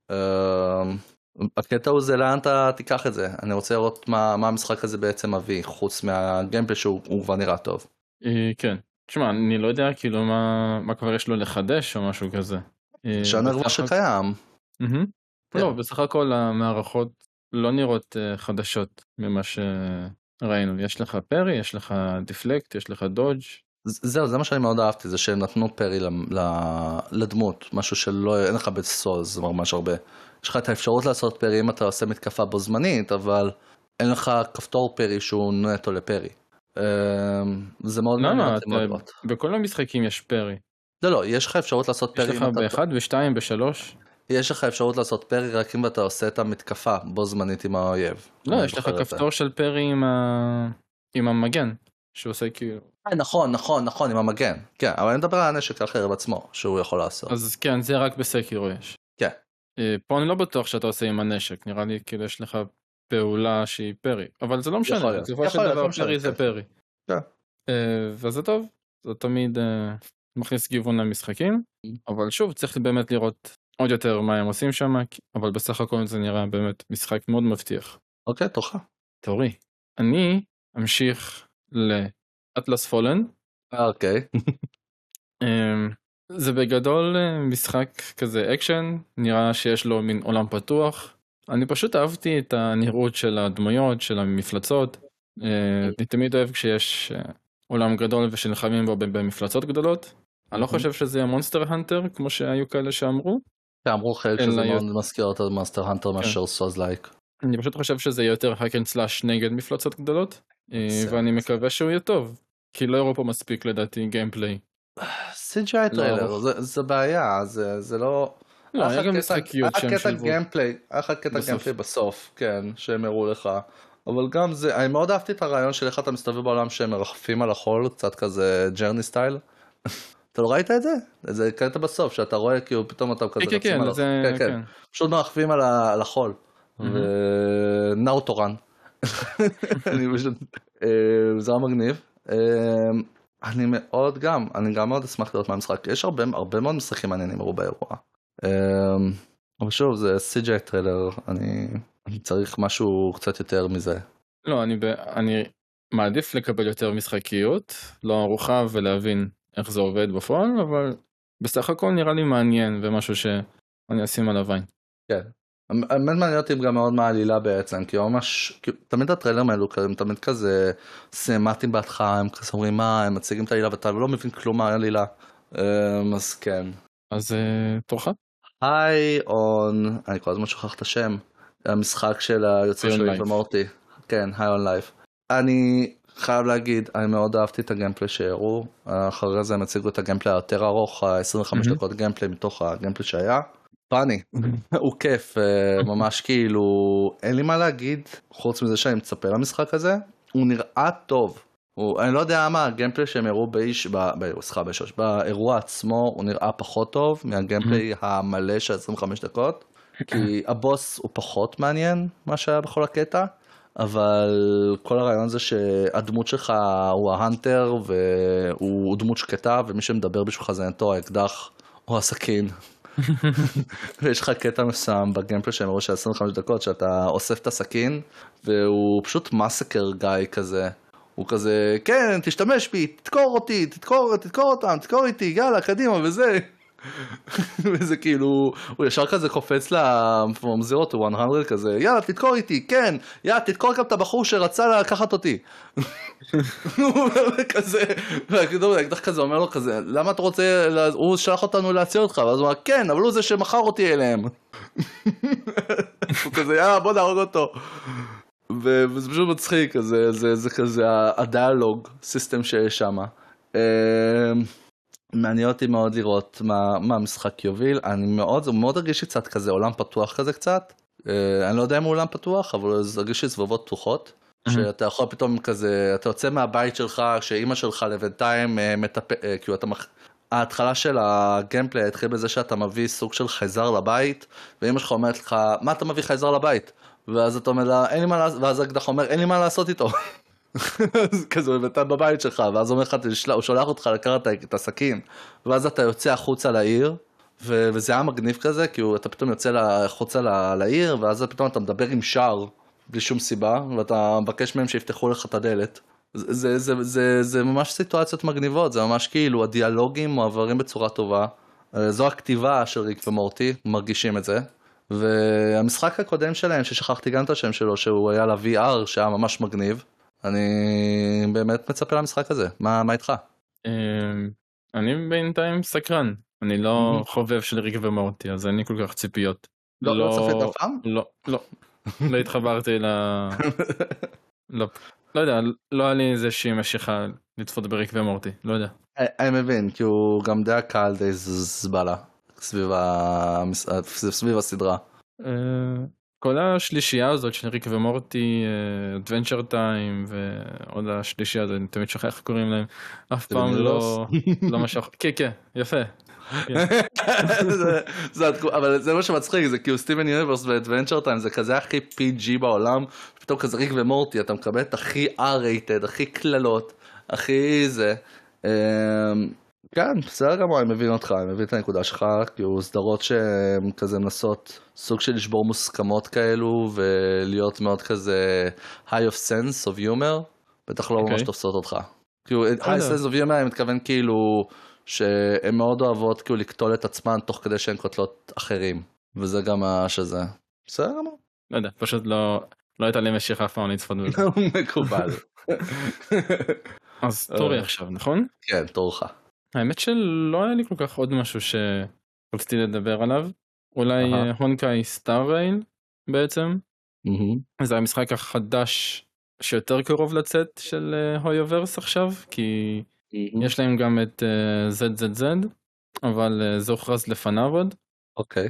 הקטע הוא זה לאן אתה תיקח את זה, אני רוצה לראות מה המשחק הזה בעצם מביא, חוץ מהגיימפליי שהוא כבר נראה טוב. כן. תשמע, אני לא יודע כאילו מה, מה כבר יש לו לחדש או משהו כזה. ז'אנר כבר שקיים. לא, בסך הכל המערכות לא נראות חדשות ממה שראינו. יש לך פרי, יש לך דיפלקט, יש לך דודג'. זהו, זה מה שאני מאוד אהבתי, זה שהם נתנו פרי לדמות, משהו שלא, אין לך בסוז, זה ממש הרבה. יש לך את האפשרות לעשות פרי אם אתה עושה מתקפה בו זמנית, אבל אין לך כפתור פרי שהוא נטו לפרי. זה מאוד מעניין. בכל המשחקים יש פרי. לא, לא, יש לך אפשרות לעשות פרי. יש לך באחד, בשתיים, בשלוש. יש לך אפשרות לעשות פרי רק אם אתה עושה את המתקפה בו זמנית עם האויב. לא, יש לך כפתור של פרי עם המגן, שהוא עושה כאילו... נכון, נכון, נכון, עם המגן. כן, אבל אני מדבר על הנשק האחר בעצמו, שהוא יכול לעשות. אז כן, זה רק בסקירו יש. כן. פה אני לא בטוח שאתה עושה עם הנשק, נראה לי כאילו יש לך פעולה שהיא פרי, אבל זה לא משנה, בסופו של דבר פרי זה פרי. וזה טוב, זה תמיד מכניס גיוון למשחקים, אבל שוב צריך באמת לראות עוד יותר מה הם עושים שם, אבל בסך הכל זה נראה באמת משחק מאוד מבטיח. אוקיי, תורך. תורי. אני אמשיך לאטלס פולן. אוקיי. זה בגדול משחק כזה אקשן, נראה שיש לו מין עולם פתוח. אני פשוט אהבתי את הנראות של הדמויות, של המפלצות. אני תמיד אוהב כשיש עולם גדול ושנלחמים בו במפלצות גדולות. אני לא חושב שזה יהיה מונסטר הנטר, כמו שהיו כאלה שאמרו. אמרו חלק שזה מאוד מזכיר אותו מונסטר הנטר מאשר סוז לייק. אני פשוט חושב שזה יהיה יותר hack and slash נגד מפלצות גדולות, ואני מקווה שהוא יהיה טוב, כי לא יראו פה מספיק לדעתי גיימפליי. סי ג'י איי טריילר, זה בעיה, זה לא... לא, היה גם משחקיות שהם שלבו. היה קטע גיימפליי, היה קטע גיימפליי בסוף, כן, שהם הראו לך. אבל גם זה, אני מאוד אהבתי את הרעיון של איך אתה מסתובב בעולם שהם מרחפים על החול, קצת כזה ג'רני סטייל. אתה לא ראית את זה? זה קטע בסוף, שאתה רואה כאילו פתאום אתה כזה רצים על החול. כן, כן, פשוט מרחפים על החול. ונאו תורן. זה היה מגניב. אני מאוד גם, אני גם מאוד אשמח לראות מהמשחק. יש הרבה, הרבה מאוד משחקים מעניינים הראו באירוע. אבל שוב, זה סי ג'יי טריילר, אני, אני צריך משהו קצת יותר מזה. לא, אני, אני מעדיף לקבל יותר משחקיות, לא ארוחה ולהבין איך זה עובד בפועל, אבל בסך הכל נראה לי מעניין ומשהו שאני אשים עליו עין. כן. באמת מעניין אותי גם מאוד מהעלילה בעצם, כי ממש, תמיד הטריילרים האלו הם תמיד כזה סמטים בהתחלה, הם כזה אומרים מה, הם מציגים את העלילה ואתה לא מבין כלום מהעלילה, אז כן. אז תורך? היי און, אני כל הזמן שוכח את השם, המשחק של היוצא של ריק ומורטי, כן, היי און לייף. אני חייב להגיד, אני מאוד אהבתי את הגיימפלי שהראו, אחרי זה הם הציגו את הגיימפלי היותר ארוך, ה-עשרים וחמש דקות גיימפלי מתוך הגיימפלי שהיה. פאני, הוא כיף, ממש כאילו, אין לי מה להגיד, חוץ מזה שאני מצפה למשחק הזה, הוא נראה טוב, הוא, אני לא יודע מה, הגיימפלי שהם הראו באיש, סליחה בשוש, באירוע עצמו הוא נראה פחות טוב מהגיימפלי המלא של עשרים וחמש דקות, כי הבוס הוא פחות מעניין, מה שהיה בכל הקטע, אבל כל הרעיון זה שהדמות שלך הוא ההנטר, והוא דמות שקטה, ומי שמדבר בשבילך זה נטו האקדח או הסכין. ויש לך קטע מסוים בגיימפלי שהם ראו של עשרים וחמש דקות שאתה אוסף את הסכין והוא פשוט מסקר גאי כזה, הוא כזה כן תשתמש בי, תדקור אותי, תדקור, תדקור אותם, תדקור איתי, יאללה קדימה וזה. וזה כאילו הוא ישר כזה קופץ ל-From Zero to one hundred כזה, יאללה תדקור איתי, כן, יאללה תדקור גם את הבחור שרצה לקחת אותי. כזה, והאקדח כזה אומר לו כזה, למה אתה רוצה, הוא שלח אותנו להציע אותך, ואז הוא אומר, כן, אבל הוא זה שמכר אותי אליהם. הוא כזה, יאללה בוא נהרוג אותו. וזה פשוט מצחיק, זה כזה הדיאלוג, סיסטם שיש שם. מעניין אותי מאוד לראות מה המשחק יוביל, אני מאוד, זה מאוד הרגיש לי קצת כזה עולם פתוח כזה קצת, אני לא יודע אם הוא עולם פתוח, אבל זה הרגיש לי סבבות פתוחות, שאתה יכול פתאום כזה, אתה יוצא מהבית שלך, שאימא שלך לבינתיים מטפ... כאילו אתה מח... ההתחלה של הגיימפלי התחיל בזה שאתה מביא סוג של חייזר לבית, ואימא שלך אומרת לך, מה אתה מביא חייזר לבית? ואז אתה אומר לה, אין לי מה לעשות, ואז האקדח אומר, אין לי מה לעשות איתו. כזה אתה בבית שלך, ואז אומר לך, הוא שולח אותך לקחת את הסכין, ואז אתה יוצא החוצה לעיר, ו... וזה היה מגניב כזה, כי אתה פתאום יוצא החוצה לעיר, ואז פתאום אתה מדבר עם שער, בלי שום סיבה, ואתה מבקש מהם שיפתחו לך את הדלת. זה, זה, זה, זה, זה ממש סיטואציות מגניבות, זה ממש כאילו, הדיאלוגים מועברים בצורה טובה, זו הכתיבה של ריק ומורטי, מרגישים את זה, והמשחק הקודם שלהם, ששכחתי גם את השם שלו, שהוא היה ל-וי אר, שהיה ממש מגניב, אני באמת מצפה למשחק הזה, מה, מה איתך? אני בינתיים סקרן, אני לא חובב של ריק ומורטי, אז אין לי כל כך ציפיות. לא, לא צפית אף פעם? לא, לא. לא התחברתי ל... לא, לא יודע, לא היה לי איזושהי משיכה לצפות בריק ומורטי, לא יודע. אני מבין, כי הוא גם די הקהל די זבלה סביב הסדרה. כל השלישייה הזאת של ריק ומורטי, Adventure Time ועוד השלישייה הזאת, אני תמיד שוכח איך קוראים להם, אף פעם לא משך... כן, כן, יפה. אבל זה מה שמצחיק, זה כאילו סטיבן יוניברס ו-Adventure Time זה כזה הכי פי ג'י בעולם, פתאום כזה ריק ומורטי אתה מקבל את הכי אר-רייטד, הכי כללות, הכי זה. כן, בסדר גמור, אני מבין אותך, אני מבין את הנקודה שלך, כאילו סדרות שהן כזה מנסות סוג של לשבור מוסכמות כאלו ולהיות מאוד כזה high of sense of humor, בטח לא ממש תופסות אותך. כאילו high sense of humor אני מתכוון כאילו שהן מאוד אוהבות כאילו לקטול את עצמן תוך כדי שהן קוטלות אחרים, וזה גם מה שזה. בסדר גמור. לא יודע, פשוט לא הייתה לי משיכה אף פעם לצפות בזה. מקובל. אז תורי עכשיו, נכון? כן, תורך. האמת שלא היה לי כל כך עוד משהו שרציתי לדבר עליו, אולי הונקאי סטאר רייל בעצם, זה המשחק החדש שיותר קרוב לצאת של הויוברס עכשיו, כי יש להם גם את זד זד זד, אבל זה הוכרז לפניו עוד. אוקיי.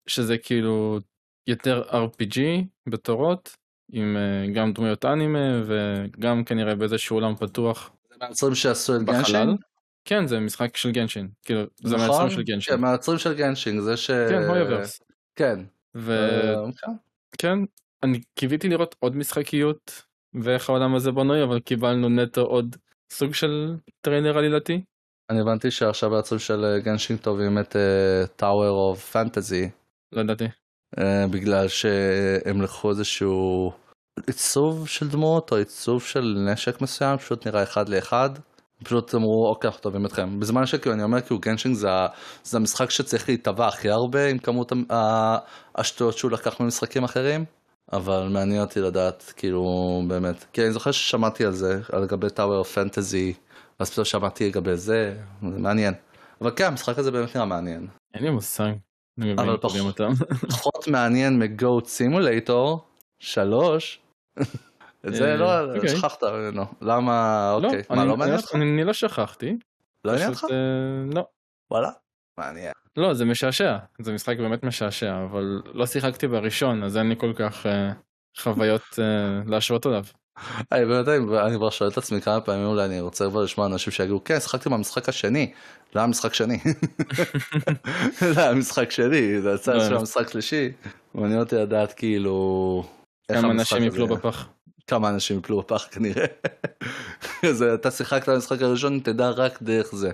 שזה כאילו יותר אר פי ג'י בתורות, עם גם דמויות אנימה, וגם כנראה באיזשהו עולם פתוח. זה מהיוצרים שעשו את גנשין? כן, זה משחק של גנשין. כאילו, זה מהיוצרים של גנשין. כן, מהיוצרים של גנשין, זה ש... כן, הויברס. כן. ו... כן, אני קיוויתי לראות עוד משחקיות, ואיך העולם הזה בנוי, אבל קיבלנו נטו עוד סוג של טריילר עלילתי. אני הבנתי שעכשיו היוצרים של גנשין טובים את Tower of Fantasy. לא ידעתי. בגלל שהם לקחו איזשהו עיצוב של דמות או עיצוב של נשק מסוים, פשוט נראה אחד לאחד. פשוט אמרו, אוקיי, אנחנו טובים אתכם. בזמן שכאילו אני אומר, כאילו גנשין זה, זה המשחק שצריך להתאבע הכי הרבה עם כמות השטויות שהוא לקח ממשחקים אחרים. אבל מעניין אותי לדעת, כאילו, באמת. כי אני זוכר ששמעתי על זה, על גבי Tower of Fantasy, אז פתאום שמעתי לגבי זה, זה מעניין. אבל כן, המשחק הזה באמת נראה מעניין. אין לי מושג. אבל פחות מעניין מ-Goat Simulator שלוש. את זה לא, שכחת ממנו. למה, אוקיי. מה, לא מעניין אותך? אני לא שכחתי. לא עניין אותך? לא. וואלה? מעניין. לא, זה משעשע. זה משחק באמת משעשע, אבל לא שיחקתי בראשון, אז אין לי כל כך חוויות להשוות עליו. אני באמת, אני כבר שואל את עצמי כמה פעמים, אולי אני רוצה כבר לשמוע אנשים שיגידו, כן, שחקתי במשחק השני. לא המשחק שני. לא המשחק שני, זה הצד של המשחק שלישי. מעניין אותי לדעת כאילו... כמה אנשים יפלו בפח. כמה אנשים יפלו בפח כנראה. אתה שיחקת במשחק הראשון, תדע רק דרך זה.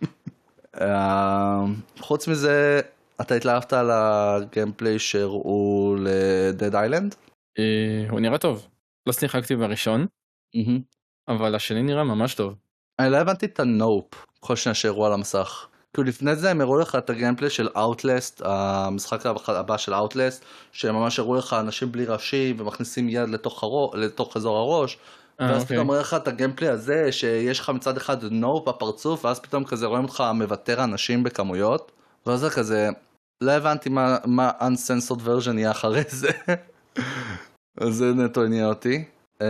חוץ מזה, אתה התלהבת על הגיימפליי שהראו ל-Dead Island? הוא נראה טוב. לא שיחקתי בראשון, אבל השני נראה ממש טוב. אני לא הבנתי את הנופ, כל שנייה שהראו על המסך. כאילו לפני זה הם הראו לך את הגיימפליי של Outlast, המשחק הבא של Outlast, שהם ממש הראו לך אנשים בלי ראשים ומכניסים יד לתוך, הראש, לתוך אזור הראש, ואז פתאום רואה לך את הגיימפליי הזה, שיש לך מצד אחד נופ בפרצוף, ואז פתאום כזה רואים אותך מבטר אנשים בכמויות, ואז זה כזה, לא הבנתי מה, מה uncensored version יהיה אחרי זה. אז זה נטו עניין אותי.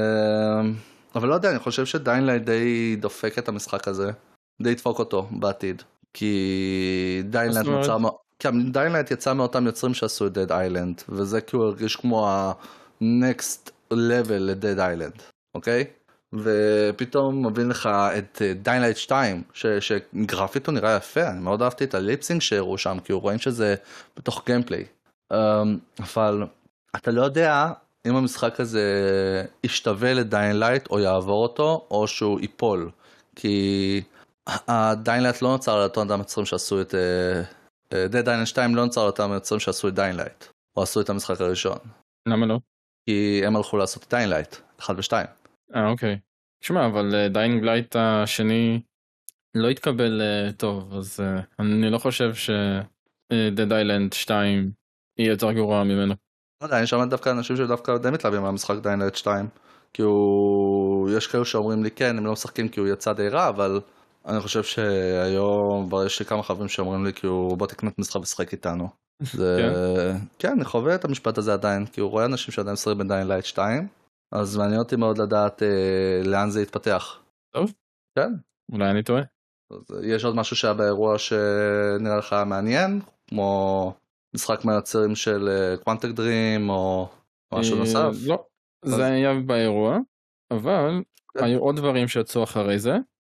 אבל לא יודע, אני חושב שדיינלייט די דופק את המשחק הזה, די דפוק אותו בעתיד. כי דיינלייט יצא, כן, דיינלייט יצא מאותם יוצרים שעשו את Dead Island, וזה כאילו הרגיש כמו ה-next level ל-Dead Island, אוקיי? ופתאום מבין לך את דיינלייט שתיים, שגרפית הוא נראה יפה, אני מאוד אהבתי את הליפסינג שהראו שם, כי רואים שזה בתוך גיימפליי. אבל אתה לא יודע אם המשחק הזה ישתווה לדיינלייט או יעבור אותו, או שהוא ייפול. כי הדיינלייט לא נוצר על אותם המצרים שעשו את... Dead Island שתיים לא נוצר על אותם המצרים שעשו את דיינלייט, או עשו את המשחק הראשון. למה לא? כי הם הלכו לעשות את דיינלייט, אחד ושתיים. אה, אוקיי. תשמע, אבל דיינלייט השני לא התקבל טוב, אז אני לא חושב ש-Dead Island שתיים היא יותר גרוע ממנו. לא יודע, אני שמעת דווקא אנשים שדווקא די מתלהבים מהמשחק דיינלייט שתיים, כי הוא... יש כאלה שאומרים לי כן, הם לא משחקים כי הוא יצא די רע, אבל אני חושב שהיום כבר יש לי כמה חברים שאומרים לי כאילו בוא תקנת משחק ושחק איתנו. זה... כן, אני חווה את המשפט הזה עדיין, כי הוא רואה אנשים שעדיין משחקים בדיינלייט שתיים, אז מעניין אותי מאוד לדעת אה, לאן זה יתפתח. טוב. כן. אולי אני טועה. אז יש עוד משהו שהיה באירוע שנראה לך מעניין, כמו משחק מהיוצרים של קוונטק דרים או משהו נוסף? לא, זה היה באירוע, אבל היו עוד דברים שיצאו אחרי זה.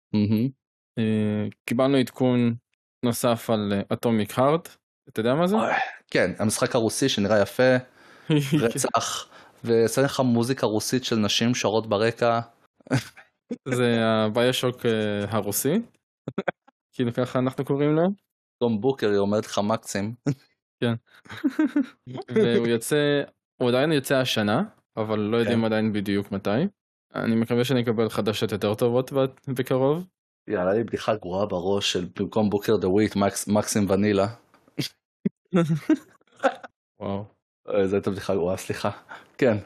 קיבלנו עדכון נוסף על אטומיק הארט, אתה יודע מה זה? כן, המשחק הרוסי שנראה יפה, רצח, ועשה לך מוזיקה רוסית של נשים שרות ברקע. זה הביושוק הרוסי, כאילו ככה אנחנו קוראים לו. תום בוקר, היא אומרת לך מקסים. כן. והוא יוצא, הוא עדיין יוצא השנה, אבל לא יודעים עדיין בדיוק מתי. אני מקווה שאני אקבל חדשות יותר טובות בקרוב. יאללה, לי בדיחה גרועה בראש של במקום בוקר דה וויט, מקסים ונילה. וואו. זו הייתה בדיחה גרועה, סליחה. כן.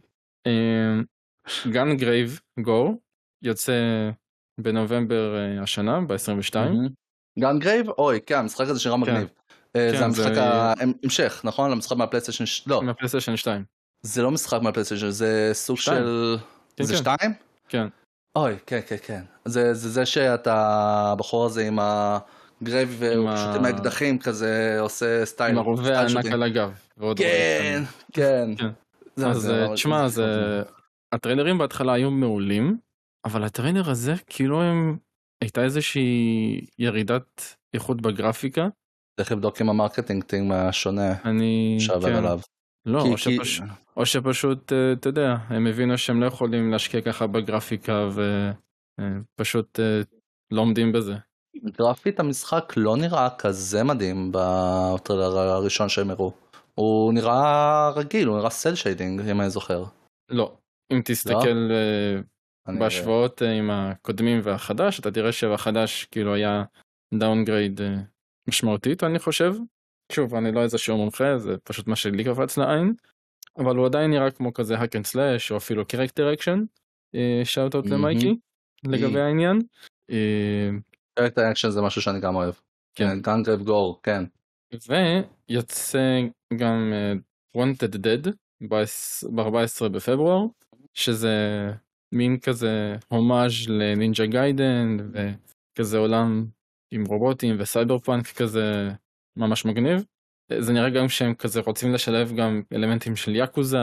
גן גרייב גו יוצא בנובמבר השנה, ב-עשרים ושתיים. גן גרייב? אוי, כן, המשחק הזה שנראה מגניב. זה המשחק ההמשך, נכון? למשחק מהפלייסטיישן... לא. מהפלייסטיישן שתיים. זה לא משחק מהפלייסטיישן, זה סוג של... זה שתיים? כן. אוי, כן, כן, כן. זה זה שאתה הבחור הזה עם גרייב פשוט עם האקדחים כזה עושה סטייל. עם הרובה הענק על הגב. כן, כן. אז תשמע, הטריילרים בהתחלה היו מעולים, אבל הטריילר הזה כאילו הם... הייתה איזושהי ירידת איכות בגרפיקה. צריך לבדוק עם המרקטינג טים השונה. אני... שעבד עליו. לא, או, כי... שפש... או שפשוט, אתה יודע, הם הבינו שהם לא יכולים להשקיע ככה בגרפיקה, ופשוט לא עומדים בזה. גרפית המשחק לא נראה כזה מדהים בטריילר הראשון שהם הראו. הוא נראה רגיל, הוא נראה סל שיידינג, אם אני זוכר. לא, אם תסתכל לא? בהשוואות אני... עם הקודמים והחדש, אתה תראה שהחדש כאילו היה דאונגרייד משמעותית, אני חושב. שוב, אני לא איזשהו מומחה, זה פשוט מה שלי קפץ לעין, אבל הוא עדיין נראה כמו כזה hack and slash, או אפילו character action, שאוט אוט למייקי, לגבי העניין. character action זה משהו שאני גם אוהב. כן, גנגרייב גור, כן. ויוצא גם Wanted Dead, ב-ארבעה עשר בפברואר, שזה מין כזה הומאז' לנינג'ה גיידן, וכזה עולם עם רובוטים וסייבר פאנק כזה, ממש מגניב. זה נראה גם שהם כזה רוצים לשלב גם אלמנטים של יקוזה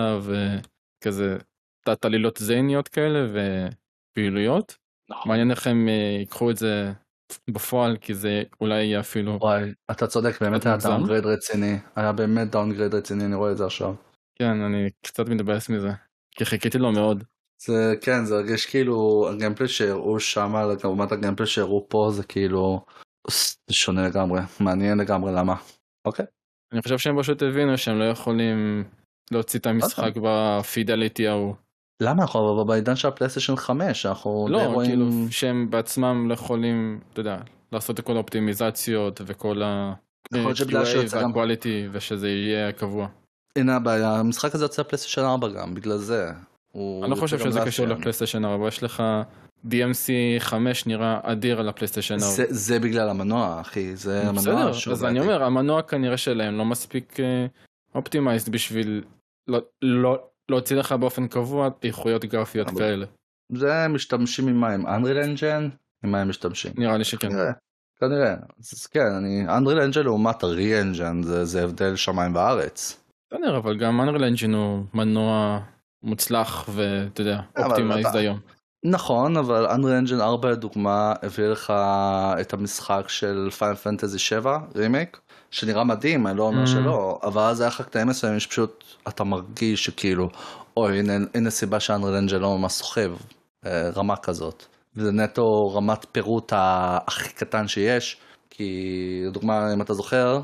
וכזה תעלילות זייניות כאלה ופעילויות. מעניין איך הם ייקחו את זה בפועל, כי זה אולי יהיה אפילו... וואי, אתה צודק, באמת היה דאונגרייד רציני. היה באמת דאונגרייד רציני, אני רואה את זה עכשיו. כן, אני קצת מתבאס מזה, כי חיכיתי לו מאוד. זה, כן, זה הרגיש כאילו, הגיימפלי שהראו שם, לעומת הגיימפלי שהראו פה, זה כאילו... שונה לגמרי, מעניין לגמרי למה. אוקיי. אני חושב שהם פשוט הבינו שהם לא יכולים להוציא את המשחק בפידליטי ההוא. למה? אנחנו בעידן של הפלייסטיישן חמש, אנחנו לא, כאילו שהם בעצמם לא יכולים, אתה יודע, לעשות את כל האופטימיזציות וכל ה-קיו איי והקואליטי, ושזה יהיה קבוע. הנה הבעיה, המשחק הזה יוצא לפלייסטיישן ארבע גם, בגלל זה. אני לא חושב שזה קשור לפלייסטיישן ארבע, יש לך... די אם סי חמש נראה אדיר על הפלייסטיישן ארבע. זה, זה בגלל המנוע, אחי, זה המנוע. בסדר, אז אני אומר, המנוע כנראה שלהם לא מספיק אופטימייזד בשביל לא, לא, להוציא לך באופן קבוע איכויות גרפיות כאלה. זה משתמשים עם מה? עם Unreal Engine? עם מה הם משתמשים? נראה לי שכן. כנראה, כנראה. אז כן, אני, Unreal Engine לעומת ה-Re-Engine, זה, זה הבדל שמיים בארץ. כנראה, אבל גם Unreal Engine הוא מנוע מוצלח ואתה יודע, אופטימייזד היום. נכון, אבל Unreal Engine ארבע לדוגמה הביא לך את המשחק של Final Fantasy שבע רימייק, שנראה מדהים, אני לא אומר שלא, אבל אז היה לך קטעים מסוימים שפשוט אתה מרגיש שכאילו, אוי, הנה, הנה סיבה ש-Unreal Engine לא ממש סוחב רמה כזאת. וזה נטו רמת פירוט הכי קטן שיש, כי לדוגמה, אם אתה זוכר,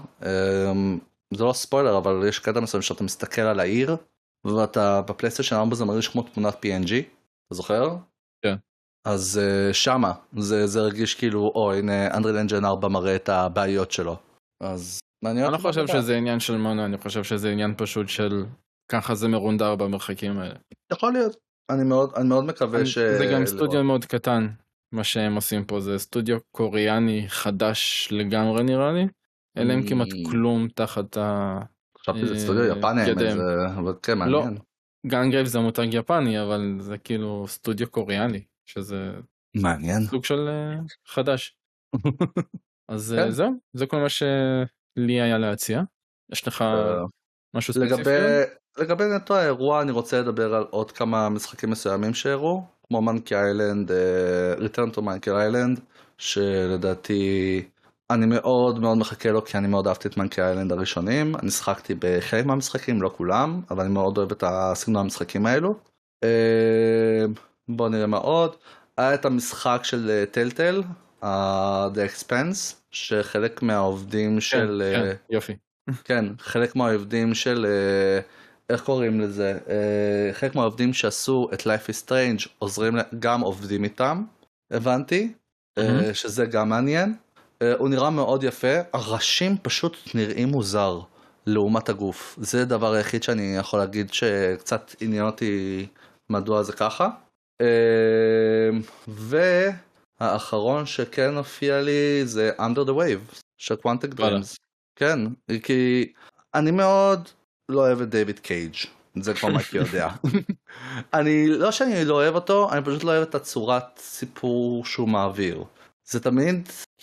זה לא ספוילר, אבל יש קטע מסוים שאתה מסתכל על העיר, ואתה בפלייסטיישן ארבע זה מרגיש כמו תמונת פי אן ג'י, אתה זוכר? כן. אז שמה, זה, זה רגיש כאילו, או הנה, Unreal Engine ארבע מראה את הבעיות שלו. אז אני לא חושב שזה עניין של מונה, אני חושב שזה עניין פשוט של ככה זה מרונדר במרחקים האלה. יכול להיות. אני מאוד, אני מאוד מקווה ש... זה גם סטודיו מאוד קטן, מה שהם עושים פה, זה סטודיו קוריאני חדש לגמרי נראה לי, אין להם כמעט כלום תחת ה... חשבתי זה סטודיו יפני, אבל כן, מעניין. גנגרייב זה מותג יפני, אבל זה כאילו סטודיו קוריאני, שזה מעניין. סוג של חדש. אז זהו, זה כל מה שלי היה להציע. יש לך משהו ספציפי? לגבי נטו האירוע, אני רוצה לדבר על עוד כמה משחקים מסוימים שהראו, כמו מנקי איילנד, Return to Monkey Island, שלדעתי אני מאוד מאוד מחכה לו, כי אני מאוד אהבתי את מנקי איילנד הראשונים. אני שחקתי בחלק מהמשחקים, לא כולם, אבל אני מאוד אוהב את הסגנון המשחקים האלו. בואו נראה מה עוד. היה את המשחק של טלטל, The Expanse, שחלק מהעובדים של... כן, יופי. כן, חלק מהעובדים של... איך קוראים לזה? חלק מהעובדים שעשו את Life is Strange, עוזרים, גם עובדים איתם, הבנתי, שזה גם מעניין. הוא נראה מאוד יפה, הראשים פשוט נראים מוזר לעומת הגוף. זה דבר היחיד שאני יכול להגיד שקצת עניין אותי מדוע זה ככה. והאחרון שכן הופיע לי זה Under the Wave של Quantic Dreams. כן, כי אני מאוד לא אוהב את דיוויד קייג', זה כבר מה כי יודע. אני, לא שאני לא אוהב אותו, אני פשוט לא אוהב את הצורת סיפור שהוא מעביר. זה תמיד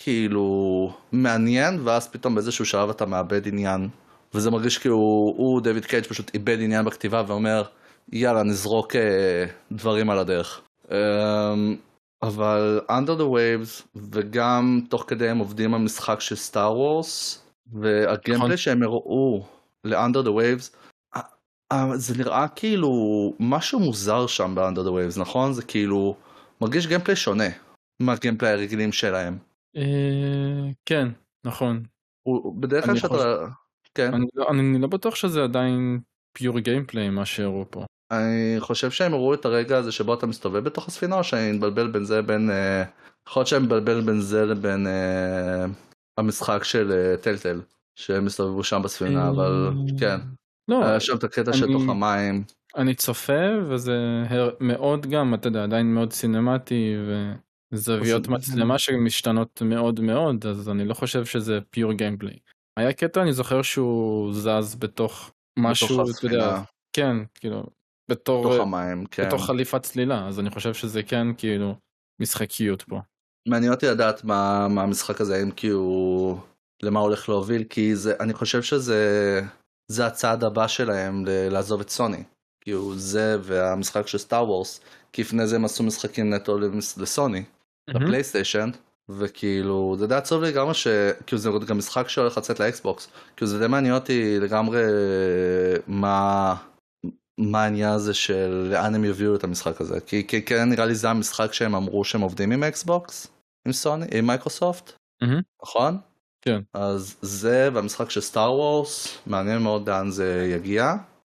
כאילו מעניין, ואז פתאום באיזשהו שלב אתה מאבד עניין, וזה מרגיש כאילו הוא, דויד קייג' פשוט איבד עניין בכתיבה ואומר יאללה נזרוק אה, דברים על הדרך. אה, אבל Under the Waves, וגם תוך כדי הם עובדים על משחק של סטאר וורס, והגיימפליי שהם הראו ל-Under the Waves, זה נראה כאילו משהו מוזר שם ב-Under the Waves, נכון? זה כאילו מרגיש גיימפליי שונה מהגיימפליי הרגילים שלהם. כן, נכון. בדרך כלל שאתה... כן. אני לא בטוח שזה עדיין פיור גיימפליי מה שהראו פה. אני חושב שהם הראו את הרגע הזה שבו אתה מסתובב בתוך הספינה, או שאני מבלבל בין זה בין... יכול להיות שהם מבלבל בין זה לבין המשחק של טלטל, שהם מסתובבו שם בספינה, אבל כן. לא. היה שם את הקטע של תוך המים. אני צופה, וזה מאוד גם, אתה יודע, עדיין מאוד סינמטי, וזוויות מצלמה שמשתנות מאוד מאוד, אז אני לא חושב שזה פיור גיימפליי. היה קטע, אני זוכר שהוא זז בתוך משהו, אתה יודע, כן, כאילו, בתור, המים, כן. בתוך חליפת צלילה, אז אני חושב שזה כן, כאילו, משחקיות פה. מעניין אותי לדעת מה, מה המשחק הזה, אם כאילו, למה הולך להוביל, כי זה, אני חושב שזה, זה הצעד הבא שלהם לעזוב את סוני. כאילו, זה והמשחק של סטאר וורס, כי לפני זה הם עשו משחקים נטו לסוני, לפלייסטיישן, וכאילו, זה די עצוב לי לגמרי שכאילו זה גם משחק שהולך לצאת לאקסבוקס, כאילו זה די מעניין אותי לגמרי מה, מה העניין הזה של לאן הם יביאו את המשחק הזה, כי כן נראה לי זה המשחק שהם אמרו שהם עובדים עם אקסבוקס, עם סוני, עם מייקרוסופט, נכון? כן. אז זה והמשחק של סטאר וורס, מעניין מאוד לאן זה יגיע,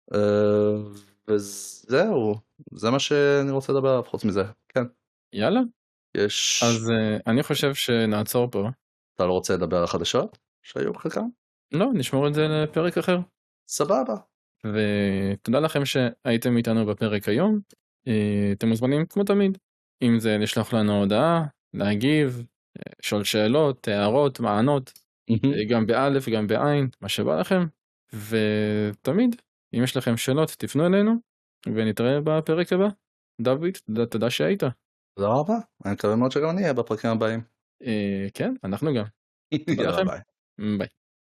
וזהו, זה מה שאני רוצה לדבר עליו חוץ מזה, כן. יאללה. יש... אז uh, אני חושב שנעצור פה. אתה לא רוצה לדבר על החדשות שהיו בחלקם? לא, נשמור את זה לפרק אחר. סבבה. ותודה לכם שהייתם איתנו בפרק היום. Uh, אתם מוזמנים כמו תמיד. אם זה לשלוח לנו הודעה, להגיב, לשאול שאלות, הערות, מענות. Mm-hmm. גם באלף, גם בעין, מה שבא לכם. ותמיד, אם יש לכם שאלות, תפנו אלינו, ונתראה בפרק הבא. דוד, תודה, תודה שהיית. תודה רבה, אני מקווה מאוד שגם אני אהיה בפרקים הבאים. כן, אנחנו גם. יאללה ביי. ביי.